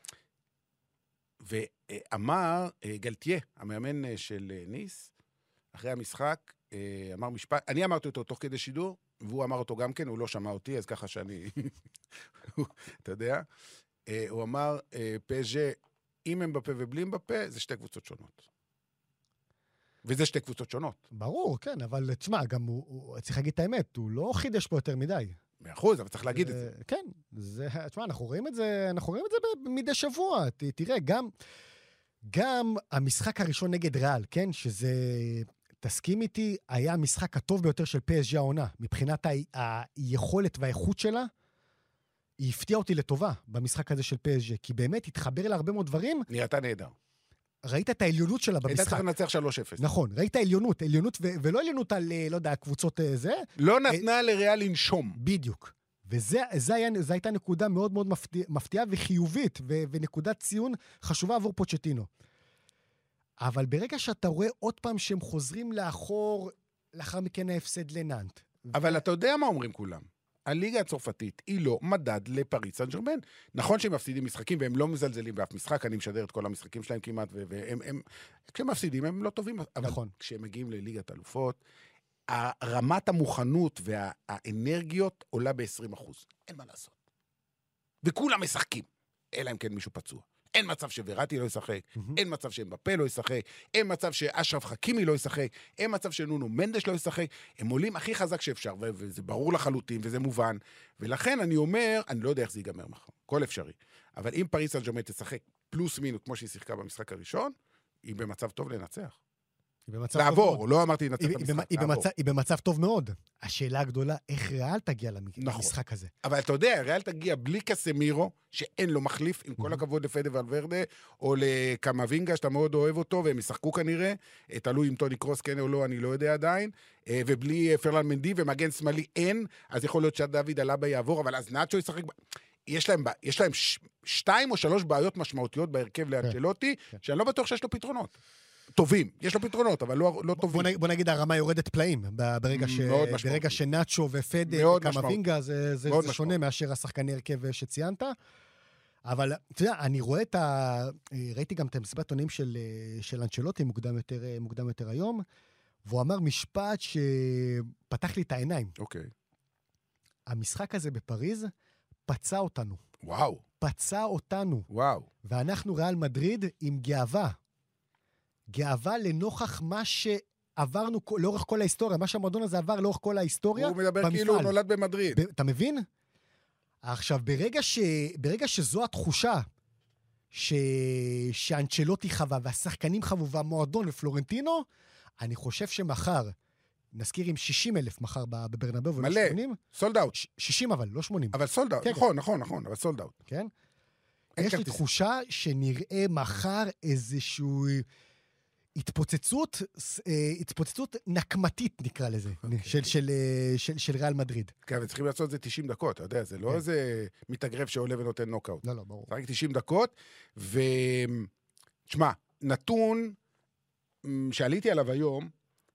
ואמר גלטיה, המאמן של ניס, אחרי המשחק, אמר משפט, אני אמרתי אותו תוך כדי שידור, והוא אמר אותו גם כן, הוא לא שמע אותי, אז ככה שאני, אתה יודע, הוא אמר, פז'ה, אם הם בפה ובלי הם בפה, זה שתי קבוצות שונות. וזה שתי קבוצות שונות. ברור, כן, אבל תשמע, גם הוא צריך להגיד את האמת, הוא לא חידש פה יותר מדי. 100%, אבל צריך להגיד את זה. כן, תשמע, אנחנו רואים את זה מדי שבוע. תראה, גם המשחק הראשון נגד ריאל, כן, שזה, תסכים איתי, היה המשחק הטוב ביותר של PSG העונה, מבחינת היכולת והאיכות שלה, היא הפתיעה אותי לטובה במשחק הזה של PSG, כי באמת התחבר לה הרבה מאוד דברים. נראתה נהדר. ראית את העליונות שלה במשחק. היית צריך לנצח 3-0. נכון, ראית עליונות ולא עליונות על, לא יודע, קבוצות זה. לא נתנה לריאל לנשום. בדיוק. וזו הייתה נקודה מאוד מאוד מפתיעה וחיובית, ונקודת ציון חשובה עבור פוצ'טינו. אבל ברגע שאתה רואה עוד פעם שהם חוזרים לאחור, לאחר מכן ההפסד לנאנט. אבל אתה יודע מה אומרים כולם? הליגה הצרפתית היא לא מדד לפריס סן ז'רמן. נכון שהם מפסידים משחקים, והם לא מזלזלים באף משחק, אני משדר את כל המשחקים שלהם כמעט, כשהם מפסידים הם לא טובים, אבל נכון. כשהם מגיעים לליגת אלופות, רמת המוכנות והאנרגיות עולה ב-20%. אין מה לעשות. וכולם משחקים, אלא אם כן מישהו פצוע. אין מצב שוורטי לא ישחק, אין מצב שאמבפה לא ישחק, אין מצב שאשרף חכימי לא ישחק, אין מצב שנונו מנדש לא ישחק, הם עולים הכי חזק שאפשר, וזה ברור לחלוטין, וזה מובן, ולכן אני אומר, אני לא יודע איך זה ייגמר מחר, כל אפשרי, אבל אם פריס סן ז'רמן תשחק פלוס מינוס, כמו שהיא שיחקה במשחק הראשון, היא במצב טוב לנצח. לעבור, לא אמרתי לנצח את המשחק, לעבור. היא במצב טוב מאוד. השאלה הגדולה, איך ריאל תגיע למשחק הזה? אבל אתה יודע, ריאל תגיע בלי קסמירו, שאין לו מחליף, עם כל הכבוד לפדה ולוורדה, או לקמאבינגה, שאתה מאוד אוהב אותו, והם ישחקו כנראה, תלוי אם טוני קרוס כן או לא, אני לא יודע עדיין, ובלי פרלן מנדי, ומגן שמאלי אין, אז יכול להיות שדוד אלבה יעבור, אבל אז נאצ'ו ישחק. יש להם 2 או 3 בעיות משמעותיות בהרכב לאנצ'לוטי, שאני לא בטוח שיש לו פטרונות. טובים, יש לו פתרונות, אבל לא טובים. בוא נגיד, הרמה יורדת פלאים, ברגע שנאצ'ו ופדה קמאבינגה, זה שונה מאשר השחקני הרכב שציינת, אבל אתה יודע, אני רואה ראיתי גם את המסיבת עיתונאים של אנצ'לוטי מוקדם יותר היום, והוא אמר משפט שפתח לי את העיניים. אוקיי. המשחק הזה בפריז פצע אותנו. וואו. פצע אותנו. וואו. ואנחנו ריאל מדריד עם גאווה. גאווה לנוכח מה שעברנו לאורך כל ההיסטוריה, מה שהמועדון הזה עבר לאורך כל ההיסטוריה. הוא מדבר כאילו הוא נולד במדריד. אתה מבין? עכשיו, ברגע שזו התחושה שאנצ'לוטי חווה, והשחקנים חוו, והמועדון ופלורנטינו, אני חושב שמחר, נזכיר עם 60,000 מחר בברנבאו, מלא, סולד אאוט. 60 אבל, לא 80. אבל סולד אאוט, נכון, אבל סולד אאוט. כן? יש לי תחושה שנראה מחר איזשהו התפוצצות נקמתית, נקרא לזה, של ריאל מדריד. כן, וצריכים לעשות את זה 90 דקות, אתה יודע, זה לא איזה מתאגרף שעולה ונותן נוקאוט. לא, ברור. רק 90 דקות, תשמע, נתון שעליתי עליו היום,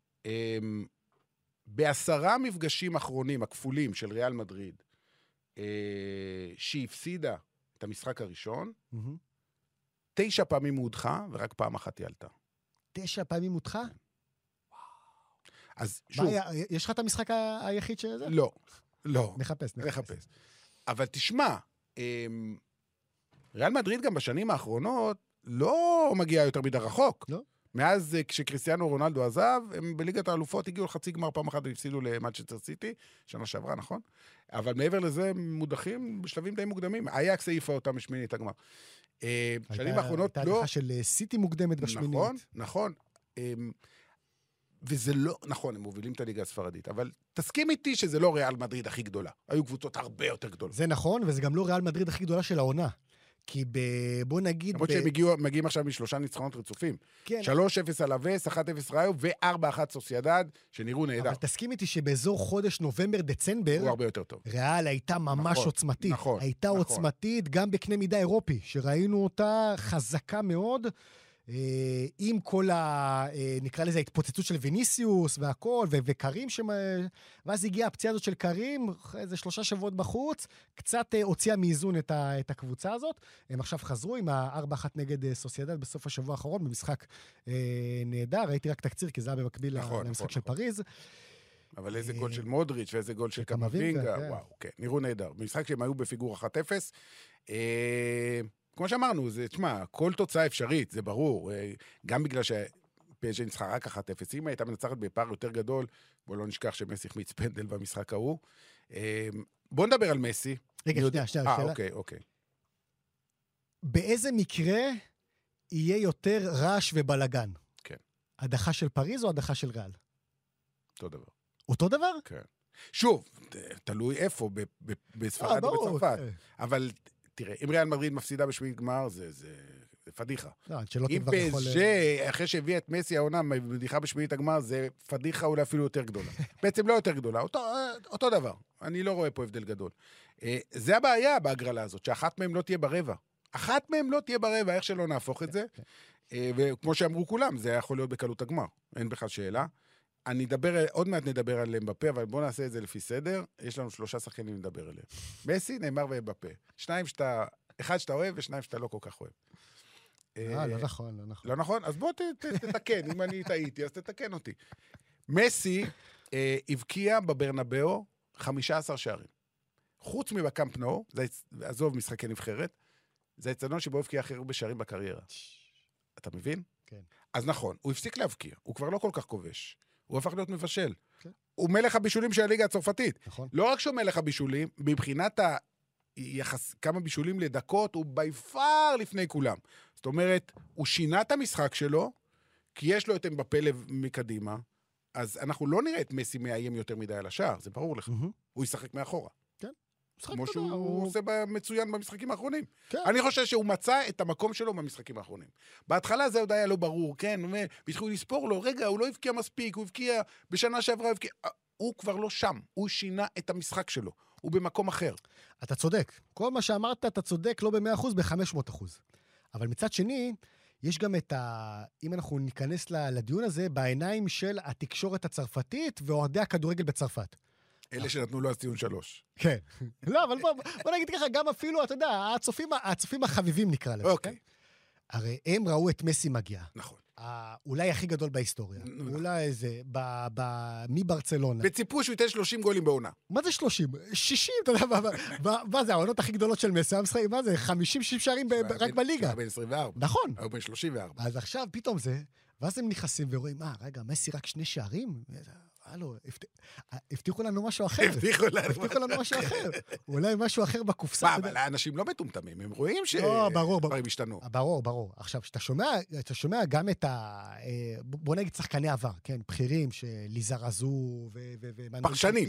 ב10 מפגשים אחרונים, הכפולים של ריאל מדריד, שהפסידה את המשחק הראשון, 9 פעמים הודחה, ורק פעם אחת היא עלתה. 9 פעמים הודחה? אז שוב... יש לך את המשחק היחיד שזה? לא. נחפש. אבל תשמע, ריאל מדריד גם בשנים האחרונות לא מגיע יותר מדי רחוק. לא. מאז כשקריסטיאנו רונלדו עזב, הם בליגת האלופות הגיעו לחצי גמר פעם אחת והפסידו למנצ'סטר סיטי, שנה שעברה, נכון? אבל מעבר לזה הם מודחים בשלבים די מוקדמים. אייקס העיפה אותם בשמינית הגמר. שנים האחרונות לא... הייתה הדחה של סיטי מוקדמת בשמינית. נכון. וזה לא... נכון, הם מובילים את הליגה הספרדית, אבל תסכים איתי שזה לא ריאל מדריד הכי גדולה. היו קבוצות הרבה יותר גדולות. זה נכון, וזה גם לא ריאל מדריד הכי גדולה של העונה. כי בוא נגיד... למרות שהם מגיעים עכשיו מ3 ניצחונות רצופים. כן. 3-0 על אבס, 1-0 ראיו, ו4-1 סוסיידד, שנראו נהדר. אבל תסכים איתי שבאזור חודש נובמבר-דצמבר... הוא הרבה יותר טוב. ריאל הייתה ממש עוצמתית. נכון. הייתה עוצמתית גם בקנה מידה אירופי, שראינו אותה חזקה מאוד, עם כל נקרא לזה התפוצצות של ויניסיוס והכל, וקרים ואז הגיעה הפציעה הזאת של קרים, איזה 3 שבועות בחוץ, קצת הוציאה מאיזון את הקבוצה הזאת. הם עכשיו חזרו עם ה-4-1 נגד סוסיידד בסוף השבוע האחרון, במשחק נהדר, ראיתי רק תקציר, כי זה היה במקביל למשחק של פריז. אבל איזה גול של מודריץ' ואיזה גול של קמבינגה, וואו, כן, נראו נהדר. במשחק שהם היו בפיגור 1-0, כמו שאמרנו, זה, תשמע, כל תוצאה אפשרית, זה ברור, גם בגלל שפז'ה ניצחה רק 1-0, אם הייתה מנצחת בפער יותר גדול, בוא לא נשכח שמסי החמיץ פנדל במשחק ההוא. בוא נדבר על מסי. רגע, שנייה. אוקיי. באיזה מקרה יהיה יותר רעש ובלגן? כן. הדחה של פריז או הדחה של ריאל? אותו דבר. אותו דבר? כן. שוב, תלוי איפה, בספרד או בצרפת. אבל תראה, אם ריאל מדריד מפסידה בשמינית גמר, זה פדיחה. אם פז'ה, אחרי שהביא את מסי העונה, מדיחה בשמינית הגמר, זה פדיחה אולי אפילו יותר גדולה. בעצם לא יותר גדולה, אותו דבר. אני לא רואה פה הבדל גדול. זה הבעיה בהגרלה הזאת, שאחת מהם לא תהיה ברבע. אחת מהם לא תהיה ברבע, איך שלא נהפוך את זה. וכמו שאמרו כולם, זה יכול להיות בקלות הגמר. אין בכלל שאלה. עוד מעט נדבר על אמבפה, אבל בואו נעשה את זה לפי סדר. יש לנו 3 שחקנים לדבר עליהם. מסי, נאמר ואמבפה. 1 שאתה אוהב ו2 שאתה לא כל כך אוהב. לא נכון. לא נכון? אז בוא תתקן, אם אני טעיתי, אז תתקן אותי. מסי הבקיע בברנבאו 15 שערים. חוץ מבקאמפ נו, עזוב משחקי נבחרת, זה האצטדיון שבו הבקיע הכי הרבה שערים בקריירה. אתה מבין? כן. אז נכון, הוא הפסיק להבקיע, הוא כבר לא כל כך כובש. הוא הפך להיות מבשל. כן. הוא מלך הבישולים של הליגה הצרפתית. נכון. לא רק שהוא מלך הבישולים, מבחינת כמה בישולים לדקות, הוא ביפר לפני כולם. זאת אומרת, הוא שינה את המשחק שלו, כי יש לו את אמבפה מקדימה, אז אנחנו לא נראה את מסי מאיים יותר מדי על השער, זה ברור לך. הוא ישחק מאחורה. כן. כמו שהוא עושה מצוין במשחקים האחרונים. כן. אני חושב שהוא מצא את המקום שלו במשחקים האחרונים. בהתחלה זה עוד היה לא ברור, כן, והתחילו לספור לו, רגע, הוא לא הבקיע מספיק, הוא הבקיע בשנה שעברה, הוא כבר לא שם, הוא שינה את המשחק שלו, הוא במקום אחר. אתה צודק. כל מה שאמרת, אתה צודק לא ב100%, ב500%. אבל מצד שני, יש גם אם אנחנו ניכנס לדיון הזה, בעיניים של התקשורת הצרפתית ואוהדי הכדורגל בצרפת. אלה שנתנו לו אז ציון 3. כן. לא, אבל בוא נגיד ככה, גם אפילו, אתה יודע, הצופים החביבים נקרא לזה. אוקיי. הרי הם ראו את מסי מגיע. נכון. אולי הכי גדול בהיסטוריה. אולי איזה, מברצלונה. וציפו שהוא ייתן 30 גולים בעונה. מה זה 30? 60, אתה יודע, מה זה, העונות הכי גדולות של מסי? מה זה, 50-60 שערים רק בליגה. היה בן 24. נכון. היה בן 34. אז עכשיו פתאום זה, ואז הם נכנסים ורואים, רגע, מסי רק 2 שערים? הלו, הבטיחו לנו משהו אחר. הבטיחו לנו משהו אחר. אולי משהו אחר בקופסה. אבל האנשים לא מטומטמים, הם רואים שדברים השתנו. ברור. עכשיו, אתה שומע גם את בוא נגיד שחקני עבר, כן, בכירים שליזרזו פרשנים.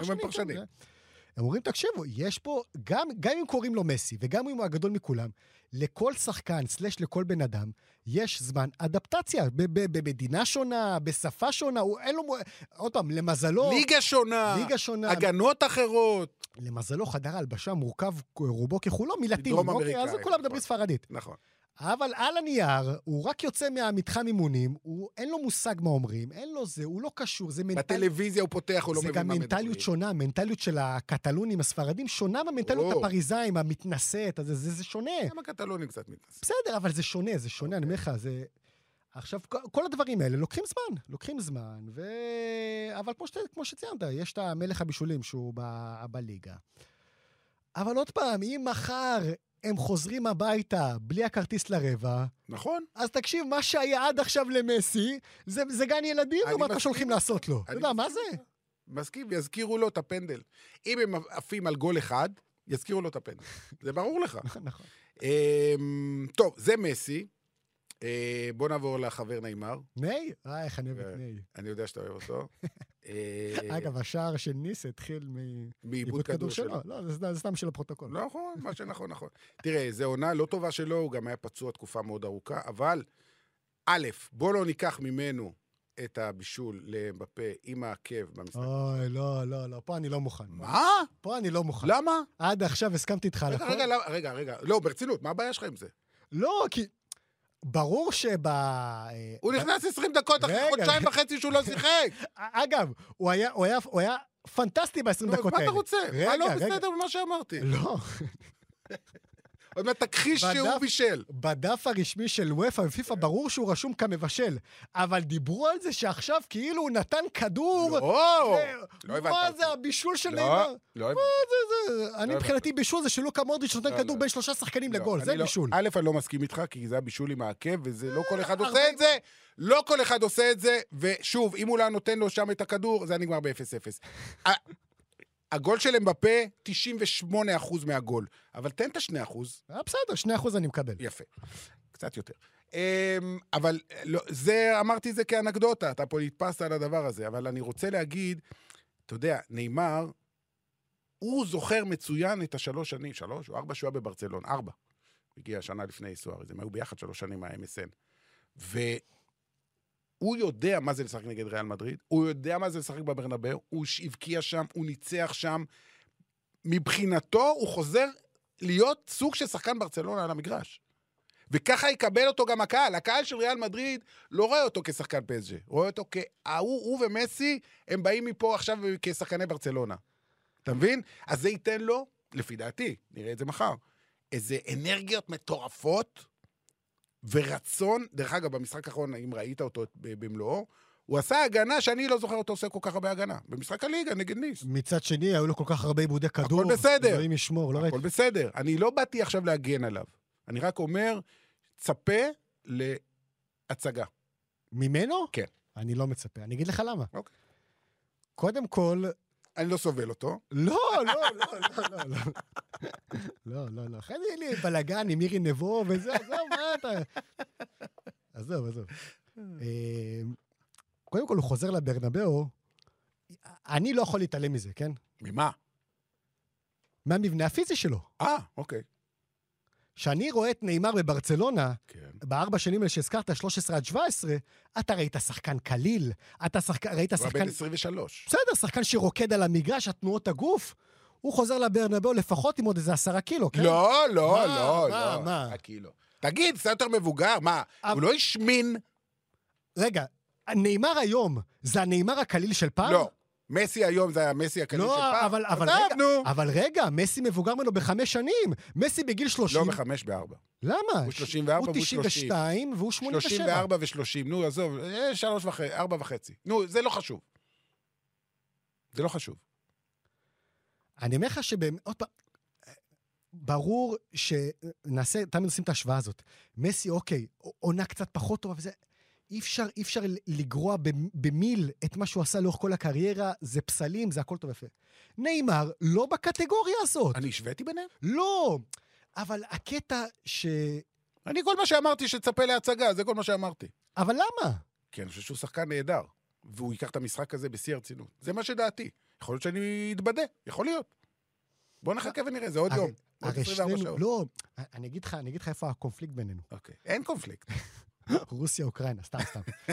הם אומרים, תקשיבו, יש פה, גם אם קוראים לו מסי, וגם אם הוא הגדול מכולם, לכל שחקן, סלש לכל בן אדם, יש זמן אדפטציה, במדינה שונה, בשפה שונה, אין לו, עוד פעם, למזלו... ליגה שונה, הגנות אחרות. למזלו חדר הלבשה מורכב רובו ככולו מלטין, אוקיי? אז כולם מדברים ספרדית. נכון. אבל על הנייר, הוא רק יוצא מהמתחם אימונים, אין לו מושג מה אומרים, אין לו זה, הוא לא קשור, זה בטלוויזיה הוא פותח, הוא לא מבין מה מדברים. זה גם מנטליות שונה, המנטליות של הקטלונים הספרדים שונה מהמנטליות הפריזאים, המתנשאת, זה שונה. גם הקטלונים קצת מתנשאת. בסדר, אבל זה שונה, אני אומר לך, זה... עכשיו, כל הדברים האלה לוקחים זמן, אבל כמו שציינת, יש את המלך הבישולים שהוא בליגה. אבל עוד פעם, אם מחר הם חוזרים הביתה בלי הכרטיס לרבע, נכון. אז תקשיב, מה שהיה עד עכשיו למסי, זה גן ילדים, ומה אתה שהולכים לעשות לו? אתה יודע, מה זה? מסכים, יזכירו לו את הפנדל. אם הם עפים על גול אחד, יזכירו לו את הפנדל. זה ברור לך. נכון. טוב, זה מסי. בוא נעבור לחבר ניימר. ניי? איך אני אוהב את ניי. אני יודע שאתה אוהב אותו. אגב, השער של ניס התחיל מאיבוד כדור שלו. לא, זה סתם של הפרוטוקול. נכון, מה שנכון. תראה, זו עונה לא טובה שלו, הוא גם היה פצוע תקופה מאוד ארוכה, אבל א', בוא לא ניקח ממנו את הבישול לבפה עם העקב במשחק. אוי, לא, פה אני לא מוכן. מה? פה אני לא מוכן. למה? עד עכשיו הסכמתי איתך על הכל. רגע, לא, ברצינות, מה הבעיה שלך עם זה? לא, כי... ברור הוא נכנס 20 דקות אחרי חודשיים וחצי שהוא לא שיחק. אגב, הוא היה פנטסטי ב-20 דקות האלה. מה אתה רוצה? מה לא בסדר במה שאמרתי? לא. עוד מעט תכחיש שהוא בישל. בדף הרשמי של וופא ופיפא ברור שהוא רשום כמבשל, אבל דיברו על זה שעכשיו כאילו הוא נתן כדור. לא הבנת. מה זה הבישול של נאמר? לא הבנת. אני מבחינתי בישול זה שלוקה מודריץ' נותן כדור בין 3 שחקנים לגול, זה בישול. א', אני לא מסכים איתך, כי זה הבישול עם העקב, וזה לא כל אחד עושה את זה. לא כל אחד עושה את זה, ושוב, אם הוא לא נותן לו שם את הכדור, זה נגמר ב-0-0. הגול של אמבפה, 98% מהגול. אבל תן את ה2%. בסדר, 2% אני מקבל. יפה. קצת יותר. אבל זה, אמרתי זה כאנקדוטה, אתה פה להתפסת על הדבר הזה, אבל אני רוצה להגיד, אתה יודע, נאמר, הוא זוכר מצוין את 3 שנים, 3 או 4 שהוא היה בברצלון, 4. הוא הגיע שנה לפני סוארז, הם היו ביחד 3 שנים מה-MSN. הוא יודע מה זה לשחק נגד ריאל מדריד, הוא יודע מה זה לשחק בברנבאו, הוא הבקיע שם, הוא ניצח שם. מבחינתו הוא חוזר להיות סוג של שחקן ברצלונה על המגרש. וככה יקבל אותו גם הקהל. הקהל של ריאל מדריד לא רואה אותו כשחקן PSG, רואה אותו הוא ומסי, הם באים מפה עכשיו כשחקני ברצלונה. אתה מבין? אז זה ייתן לו, לפי דעתי, נראה את זה מחר, איזה אנרגיות מטורפות, ורצון, דרך אגב, במשחק האחרון, אם ראית אותו במלואו, הוא עשה הגנה שאני לא זוכר אותו עושה כל כך הרבה הגנה. במשחק הליגה, נגד ניס. מצד שני, היו לו כל כך הרבה עיבודי כדור. הכל בסדר. הכל בסדר. אני לא באתי עכשיו להגן עליו. אני רק אומר, צפה להצגה. ממנו? כן. אני לא מצפה. אני אגיד לך למה. אוקיי. קודם כל... אני לא סובל אותו. לא. לא. אחרי זה לי בלגן עם מירי נבו וזה, עזוב, מה אתה... עזוב. קודם כל הוא חוזר לברנבאו, אני לא יכול להתעלם מזה, כן? ממה? מהמבנה הפיזי שלו. אוקיי. כשאני רואה את נאמר בברצלונה, כן. ב4 שנים האלה שהזכרת, 13-17, אתה ראית שחקן קליל, ראית שחקן... הוא בן 23. בסדר, שחקן שרוקד על המגרש, התנועות הגוף, הוא חוזר לברנבאו לפחות עם עוד איזה 10 קילו, כן? לא. מה? הקילו. תגיד, זה יותר מבוגר, מה? הוא לא ישמין? רגע, נאמר היום, זה הנאמר הקליל של פעם? לא. מסי היום זה המסי הקליל של פעם. אבל רגע, מסי מבוגר ממנו ב5 שנים. מסי בגיל 30. לא, ב5, ב4. למה? הוא 34 והוא 30. הוא 92 והוא 87. 34 ו-30. נו, עזוב, 4 וחצי. נו, זה לא חשוב. זה לא חשוב. אני אומר לך עוד פעם, ברור שנעשה, תמיד עושים את ההשוואה הזאת. מסי, אוקיי, עונה קצת פחות טובה וזה... אי אפשר לגרוע במיל את מה שהוא עשה לאורך כל הקריירה, זה פסלים, זה הכל טוב יפה. נאמר, לא בקטגוריה הזאת. אני השוויתי ביניהם? לא, אבל הקטע אני כל מה שאמרתי שצפה להצגה, זה כל מה שאמרתי. אבל למה? כי אני חושב שהוא שחקן נהדר, והוא ייקח את המשחק הזה בשיא הרצינות. זה מה שדעתי. יכול להיות שאני אתבדה, יכול להיות. בוא נחכה ונראה, זה עוד יום. עוד 24 שעות. לא, אני אגיד לך איפה הקונפליקט בינינו. אוקיי, אין קונפליקט. רוסיה, אוקראינה, סתם.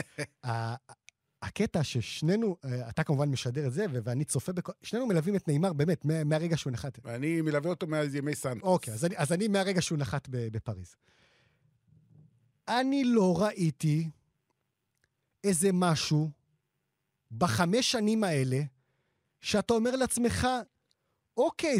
הקטע ששנינו, אתה כמובן משדר את זה, ואני צופה, שנינו מלווים את נאמר באמת, מהרגע שהוא נחת. אני מלווה אותו מימי סנטוס. אוקיי, אז אני מהרגע שהוא נחת בפריז. אני לא ראיתי איזה משהו ב5 שנים האלה, שאתה אומר לעצמך, אוקיי,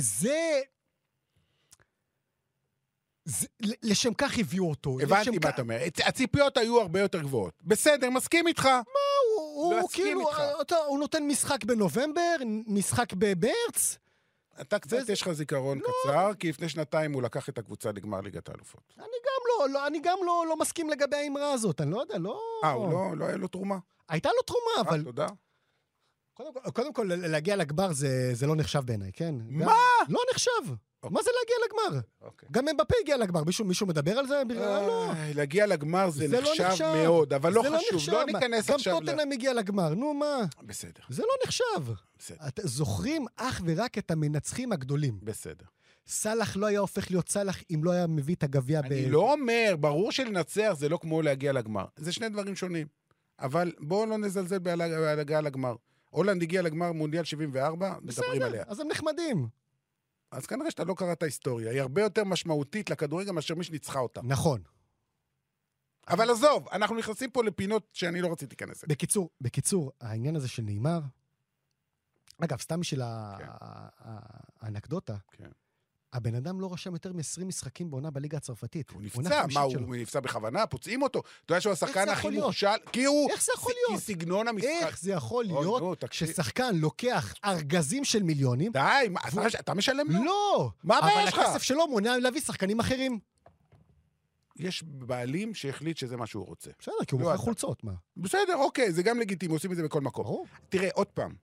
לשם כך הביאו אותו. הבנתי מה אתה אומר. הציפיות היו הרבה יותר גבוהות. בסדר, מסכים איתך. מה, הוא כאילו, הוא נותן משחק בנובמבר, משחק במרץ. אתה קצת, יש לך זיכרון קצר, כי לפני 2 הוא לקח את הקבוצה לגמר ליגת האלופות. אני גם לא מסכים לגבי האמרה הזאת, אני לא יודע, לא... הוא לא היה לו תרומה. הייתה לו תרומה, אבל... תודה. קודם כל, להגיע לגמר זה לא נחשב בעיניי, כן? מה? לא נחשב. מה זה להגיע לגמר? גם אמבפה הגיע לגמר. מישהו מדבר על זה? לא. להגיע לגמר זה נחשב מאוד, אבל לא חשוב. לא ניכנס עכשיו... גם טוטנהאם הגיע לגמר, נו מה? בסדר. זה לא נחשב. זוכרים אך ורק את המנצחים הגדולים. בסדר. סלח לא היה הופך להיות סלח אם לא היה מביא את הגביע אני לא אומר, ברור שלנצח זה לא כמו להגיע לגמר. זה שני דברים שונים. אבל בואו לא נזלזל בהגעה לגמר. הולנד הגיע לגמר מונדיאל 74, מדברים עליה. אז הם נחמדים. אז כנראה שאתה לא קראת ההיסטוריה. היא הרבה יותר משמעותית לכדורגל מאשר מי שניצחה אותה. נכון. אבל עזוב, אנחנו נכנסים פה לפינות שאני לא רציתי להיכנס. בקיצור, העניין הזה של נאמר, אגב, סתם בשביל האנקדוטה, הבן אדם לא רשם יותר מ-20 משחקים בעונה בליגה הצרפתית. הוא נפצע, מה, הוא נפצע בכוונה? פוצעים אותו? אתה יודע שהוא השחקן הכי מוכשל? כי הוא... איך זה יכול להיות? כי סגנון המשחק... איך זה יכול להיות ששחקן לוקח ארגזים של מיליונים? די, אתה משלם לו? לא! מה הבעיה שלך? אבל הכסף שלו מונע להביא שחקנים אחרים. יש בעלים שהחליט שזה מה שהוא רוצה. בסדר, כי הוא מוכר חולצות, מה? בסדר, אוקיי, זה גם לגיטימי, עושים את זה בכל מקום. תראה, עוד פעם,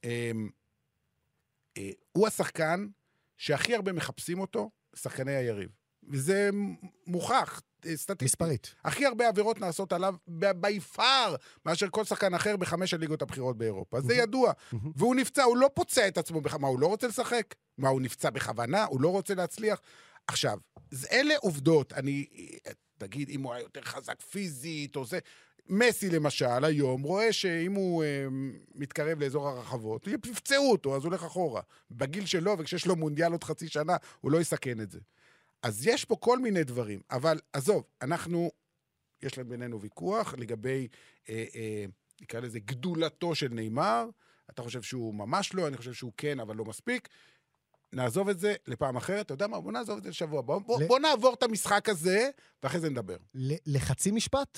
הוא השחקן שהכי הרבה מחפשים אותו, שחקני היריב. וזה מוכח, סטטיסטי. מספרית. הכי הרבה עבירות נעשות עליו ביפר, מאשר כל שחקן אחר ב5 הליגות הבחירות באירופה. זה ידוע. והוא נפצע, הוא לא פוצע את עצמו. מה, הוא לא רוצה לשחק? מה, הוא נפצע בכוונה? הוא לא רוצה להצליח? עכשיו, אלה עובדות. תגיד, אם הוא היה יותר חזק פיזית, או זה... מסי למשל, היום, רואה שאם הוא מתקרב לאזור הרחבות, יפצעו אותו, אז הוא הולך אחורה. בגיל שלו, וכשיש לו מונדיאל עוד חצי שנה, הוא לא יסכן את זה. אז יש פה כל מיני דברים, אבל עזוב, יש לנו בינינו ויכוח לגבי, נקרא לזה, גדולתו של נאמר. אתה חושב שהוא ממש לא, אני חושב שהוא כן, אבל לא מספיק. נעזוב את זה לפעם אחרת, אתה יודע מה? בוא נעזוב את זה לשבוע. בוא נעבור את המשחק הזה, ואחרי זה נדבר. לחצי משפט?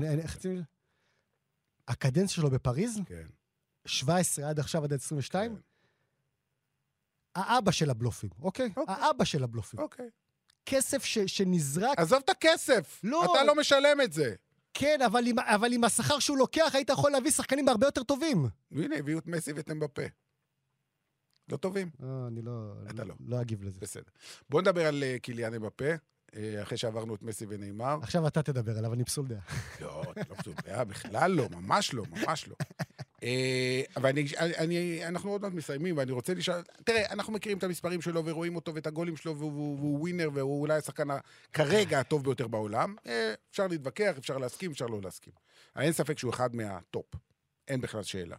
הקדנציה שלו בפריז? כן. 17 עד עכשיו, עד 22? כן. האבא של הבלופים, אוקיי? האבא של הבלופים. אוקיי. כסף שנזרק... עזוב את הכסף! לא. אתה לא משלם את זה. כן, אבל עם השכר שהוא לוקח, היית יכול להביא שחקנים הרבה יותר טובים. הנה, הביאו את מסי ואתם בפה. לא טובים? אני לא אגיב לזה. בסדר. בוא נדבר על קיליאן אמבפה, אחרי שעברנו את מסי ונאמר. עכשיו אתה תדבר עליו, אני פסול דעה. לא, אתה לא פסול דעה, בכלל לא, ממש לא, ממש לא. אבל אנחנו עוד מעט מסיימים, ואני רוצה לשאול, תראה, אנחנו מכירים את המספרים שלו, ורואים אותו ואת הגולים שלו, והוא ווינר, והוא אולי השחקן כרגע הטוב ביותר בעולם. אפשר להתווכח, אפשר להסכים, אפשר לא להסכים. אין ספק שהוא אחד מהטופ. אין בכלל שאלה.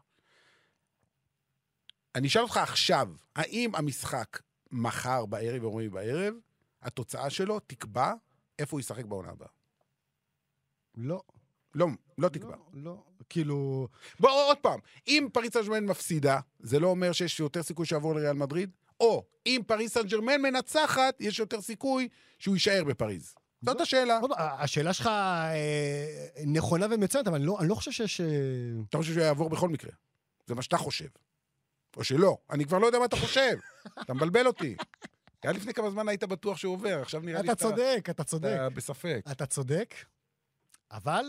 אני אשאל אותך עכשיו, האם המשחק מחר בערב, אומרים בערב, התוצאה שלו תקבע איפה הוא ישחק בעונה הבאה? לא. לא תקבע. לא, כאילו... בוא, עוד פעם, אם פריס סן ז'רמן מפסידה, זה לא אומר שיש יותר סיכוי שיעבור לריאל מדריד? או, אם פריס סן ז'רמן מנצחת, יש יותר סיכוי שהוא יישאר בפריז. זאת השאלה. השאלה שלך נכונה ומצוינת, אבל אני לא חושב שיש... אתה חושב שהוא יעבור בכל מקרה. זה מה שאתה חושב. או שלא. אני כבר לא יודע מה אתה חושב. אתה מבלבל אותי. היה לפני כמה זמן היית בטוח שהוא עובר, עכשיו נראה לי אתה צודק. אתה בספק. אתה צודק, אבל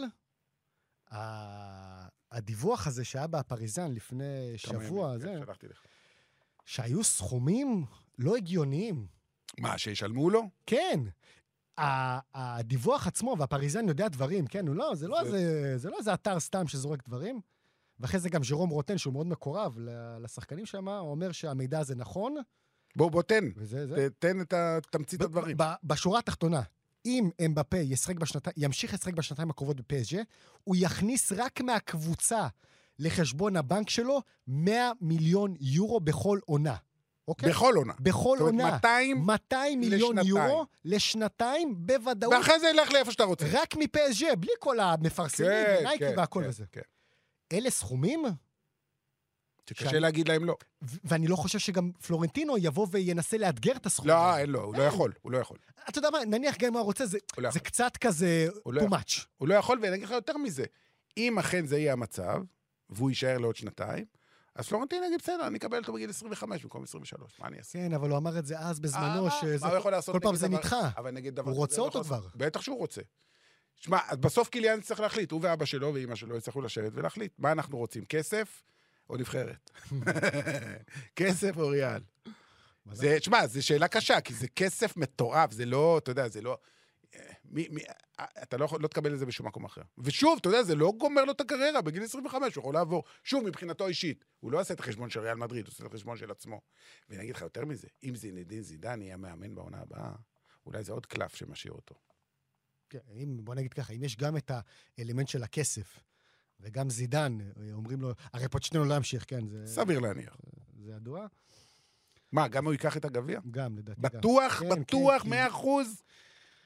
הדיווח הזה שהיה בפריזן לפני שבוע, שהיו סכומים לא הגיוניים. מה, שישלמו לו? כן. הדיווח עצמו, והפריזן יודע דברים, כן, זה לא איזה אתר סתם שזורק דברים. ואחרי זה גם ז'רום רוטן, שהוא מאוד מקורב לשחקנים שם, הוא אומר שהמידע הזה נכון. בוא תן את תמצית הדברים. בשורה התחתונה, אם אמבפה ימשיך לשחק בשנתיים הקרובות ב-PSG, הוא יכניס רק מהקבוצה לחשבון הבנק שלו 100 מיליון יורו בכל עונה. אוקיי? בכל עונה. בכל עונה. 200 מיליון יורו לשנתיים בוודאות. ואחרי זה ילך לאיפה שאתה רוצה. רק מ-PSG, בלי כל המפרסמים, ונייקי והכל וזה. אלה סכומים? שקשה להגיד להם לא. ואני לא חושב שגם פלורנטינו יבוא וינסה לאתגר את הסכומים. לא, אין לו, הוא לא יכול. אתה יודע מה, נניח גם אם הוא רוצה, זה קצת כזה too much. הוא לא יכול, ואני אגיד לך יותר מזה. אם אכן זה יהיה המצב, והוא יישאר לעוד שנתיים, אז פלורנטינו יגיד, בסדר, אני אקבל אותו בגיל 25 במקום 23. מה אני אעשה? כן, אבל הוא אמר את זה אז בזמנו, כל פעם זה נדחה. הוא רוצה אותו כבר. בטח שהוא רוצה. שמע, בסוף קיליאן צריך להחליט, הוא ואבא שלו ואמא שלו יצטרכו לשבת ולהחליט. מה אנחנו רוצים? כסף או נבחרת? כסף או ריאל? שמע, זו שאלה קשה, כי זה כסף מטורף, זה לא, אתה יודע, זה לא... אתה לא תקבל את זה בשום מקום אחר. ושוב, אתה יודע, זה לא גומר לו את הקריירה, בגיל 25 הוא יכול לעבור. שוב, מבחינתו אישית, הוא לא עושה את החשבון של ריאל מדריד, הוא עושה את החשבון של עצמו. ואני אגיד לך יותר מזה, אם זינדין זידן יהיה מאמן בעונה הבאה, אולי זה עוד קלף שמשאיר אותו. בוא נגיד ככה, אם יש גם את האלמנט של הכסף, וגם זידן, אומרים לו, הרי פוצ'טינו לא ימשיך, כן? סביר להניח. זה ידוע. מה, גם הוא ייקח את הגביע? גם, לדעתי. בטוח, 100%?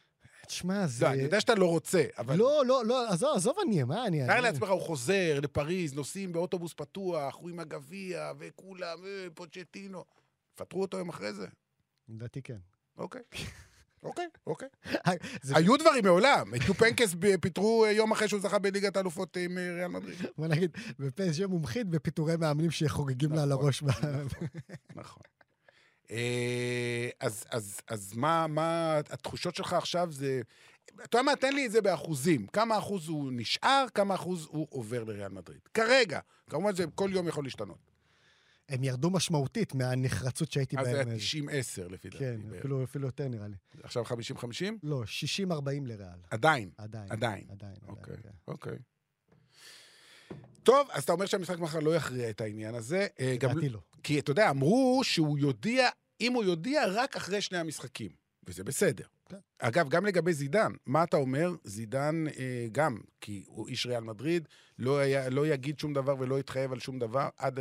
תשמע, זה... לא, אני יודע שאתה לא רוצה, אבל... לא, עזוב אני, מה אני... תאר לעצמך, הוא חוזר לפריז, נוסעים באוטובוס פתוח, הוא עם הגביע, וכולם, פוצ'טינו. פטרו אותו יום אחרי זה? לדעתי כן. אוקיי. היו דברים מעולם. את טופנקס פיטרו יום אחרי שהוא זכה בליגת האלופות עם ריאל מדריד. בוא נגיד, בפסג' מומחית בפיטורי מאמנים שחוגגים לה על הראש. נכון. אז מה התחושות שלך עכשיו זה... אתה יודע מה, תן לי את זה באחוזים. כמה אחוז הוא נשאר, כמה אחוז הוא עובר לריאל מדריד. כרגע. כמובן זה כל יום יכול להשתנות. הם ירדו משמעותית מהנחרצות שהייתי בהם. אז זה היה 90-10 לפי דעתי. כן, אפילו יותר נראה לי. עכשיו 50-50? לא, 60-40 לריאל. עדיין. אוקיי. טוב, אז אתה אומר שהמשחק מחר לא יכריע את העניין הזה. לדעתי לא. כי אתה יודע, אמרו שהוא יודיע, אם הוא יודיע רק אחרי שני המשחקים. וזה בסדר. אגב, גם לגבי זידן, מה אתה אומר? זידן גם, כי הוא איש ריאל מדריד, לא יגיד שום דבר ולא יתחייב על שום דבר עד...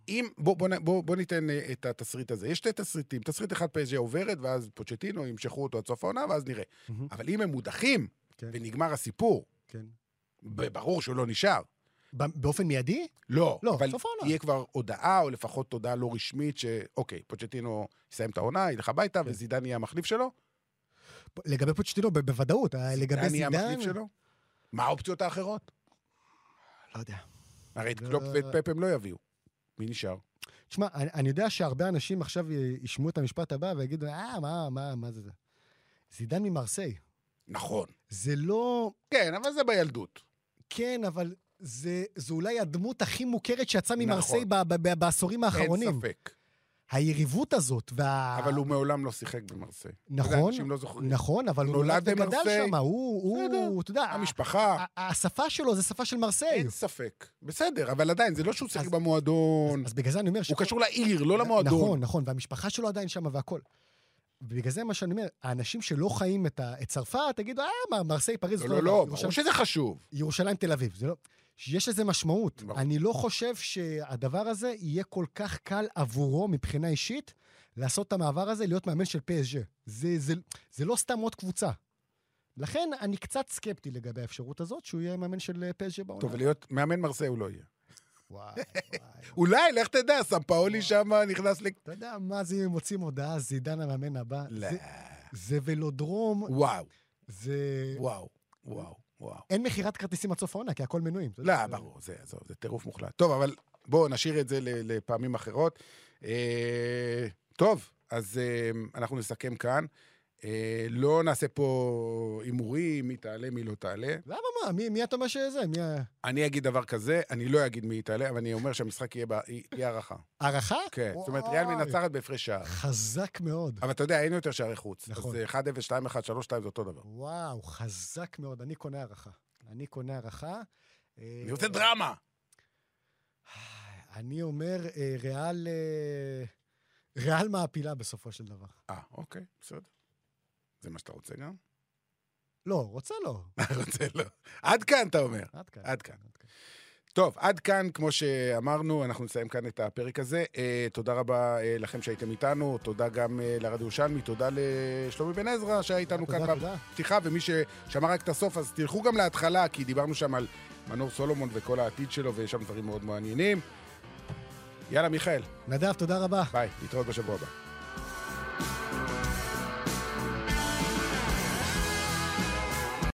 בוא ניתן את התסריט הזה. יש שתי תסריטים. תסריט אחד PSG עוברת, ואז פוצ'טינו ימשכו אותו עד סוף העונה, ואז נראה. אבל אם הם מודחים, ונגמר הסיפור, ברור שהוא לא נשאר. באופן מיידי? לא, אבל יהיה כבר הודעה, או לפחות הודעה לא רשמית, שאוקיי, פוצ'טינו יסיים את העונה, ילך הביתה, וזידן יהיה המחליף שלו? לגבי פוצ'טינו, בוודאות. לגבי זידן יהיה המחליף שלו? מה האופציות האחרות? לא יודע. הרי את קלופ ואת פפ הם לא יביאו. מי נשאר? תשמע, אני יודע שהרבה אנשים עכשיו ישמעו את המשפט הבא ויגידו, מה זה? זידן ממרסיי. נכון. זה לא... כן, אבל זה בילדות. כן, אבל זה אולי הדמות הכי מוכרת שיצאה ממרסיי בעשורים האחרונים. אין ספק. היריבות הזאת אבל הוא מעולם לא שיחק במרסיי. נכון, אבל הוא נולד וגדל שם. הוא, אתה יודע... המשפחה. השפה שלו זה שפה של מרסיי. אין ספק. בסדר, אבל עדיין, זה לא שהוא שיחק במועדון. אז בגלל זה אני אומר... הוא קשור לעיר, לא למועדון. נכון, והמשפחה שלו עדיין שם והכל. ובגלל זה מה שאני אומר, האנשים שלא חיים את צרפת, תגידו, מרסיי, פריז... לא, ברור שזה חשוב. ירושלים, תל אביב. זה לא... שיש לזה משמעות. אני לא חושב שהדבר הזה יהיה כל כך קל עבורו מבחינה אישית, לעשות את המעבר הזה, להיות מאמן של PSG. זה לא סתם עוד קבוצה. לכן אני קצת סקפטי לגבי האפשרות הזאת, שהוא יהיה מאמן של PSG בעונה. טוב, ולהיות מאמן מרסיי הוא לא יהיה. וואי. אולי, לך תדע, סמפאולי שם נכנס אתה יודע מה זה אם מוצאים הודעה, זידן המאמן הבא? זה ולודרום. וואו. זה... וואו. אין מחירת כרטיסים עד סוף העונה, כי הכל מנויים. לא, ברור, זה טירוף מוחלט. טוב, אבל בואו נשאיר את זה לפעמים אחרות. טוב, אז אנחנו נסכם כאן. לא נעשה פה אימורים, מי תעלה, מי לא תעלה. למה מה? מי אתה אומר שזה? אני אגיד דבר כזה, אני לא אגיד מי תעלה, אבל אני אומר שהמשחק יהיה הערכה. הערכה? כן, זאת אומרת, ריאל מנצחת בהפרש שער. חזק מאוד. אבל אתה יודע, אין יותר שערי חוץ. נכון. אז 1-0, 2-1, 3-2 זה אותו דבר. וואו, חזק מאוד. אני קונה הערכה. אני רוצה דרמה. אני אומר, ריאל מעפילה בסופו של דבר. אוקיי, בסדר. זה מה שאתה רוצה גם? לא, רוצה לא. רוצה לא. עד כאן, אתה אומר. עד כאן. טוב, עד כאן, כמו שאמרנו, אנחנו נסיים כאן את הפרק הזה. תודה רבה לכם שהייתם איתנו, תודה גם לרדיו ירושלמי, תודה לשלומי בן עזרא שהיה איתנו כאן בפתיחה, ומי ששמע רק את הסוף, אז תלכו גם להתחלה, כי דיברנו שם על מנור סולומון וכל העתיד שלו, ויש שם דברים מאוד מעניינים. יאללה, מיכאל. נדב, תודה רבה. ביי, להתראות בשבוע הבא.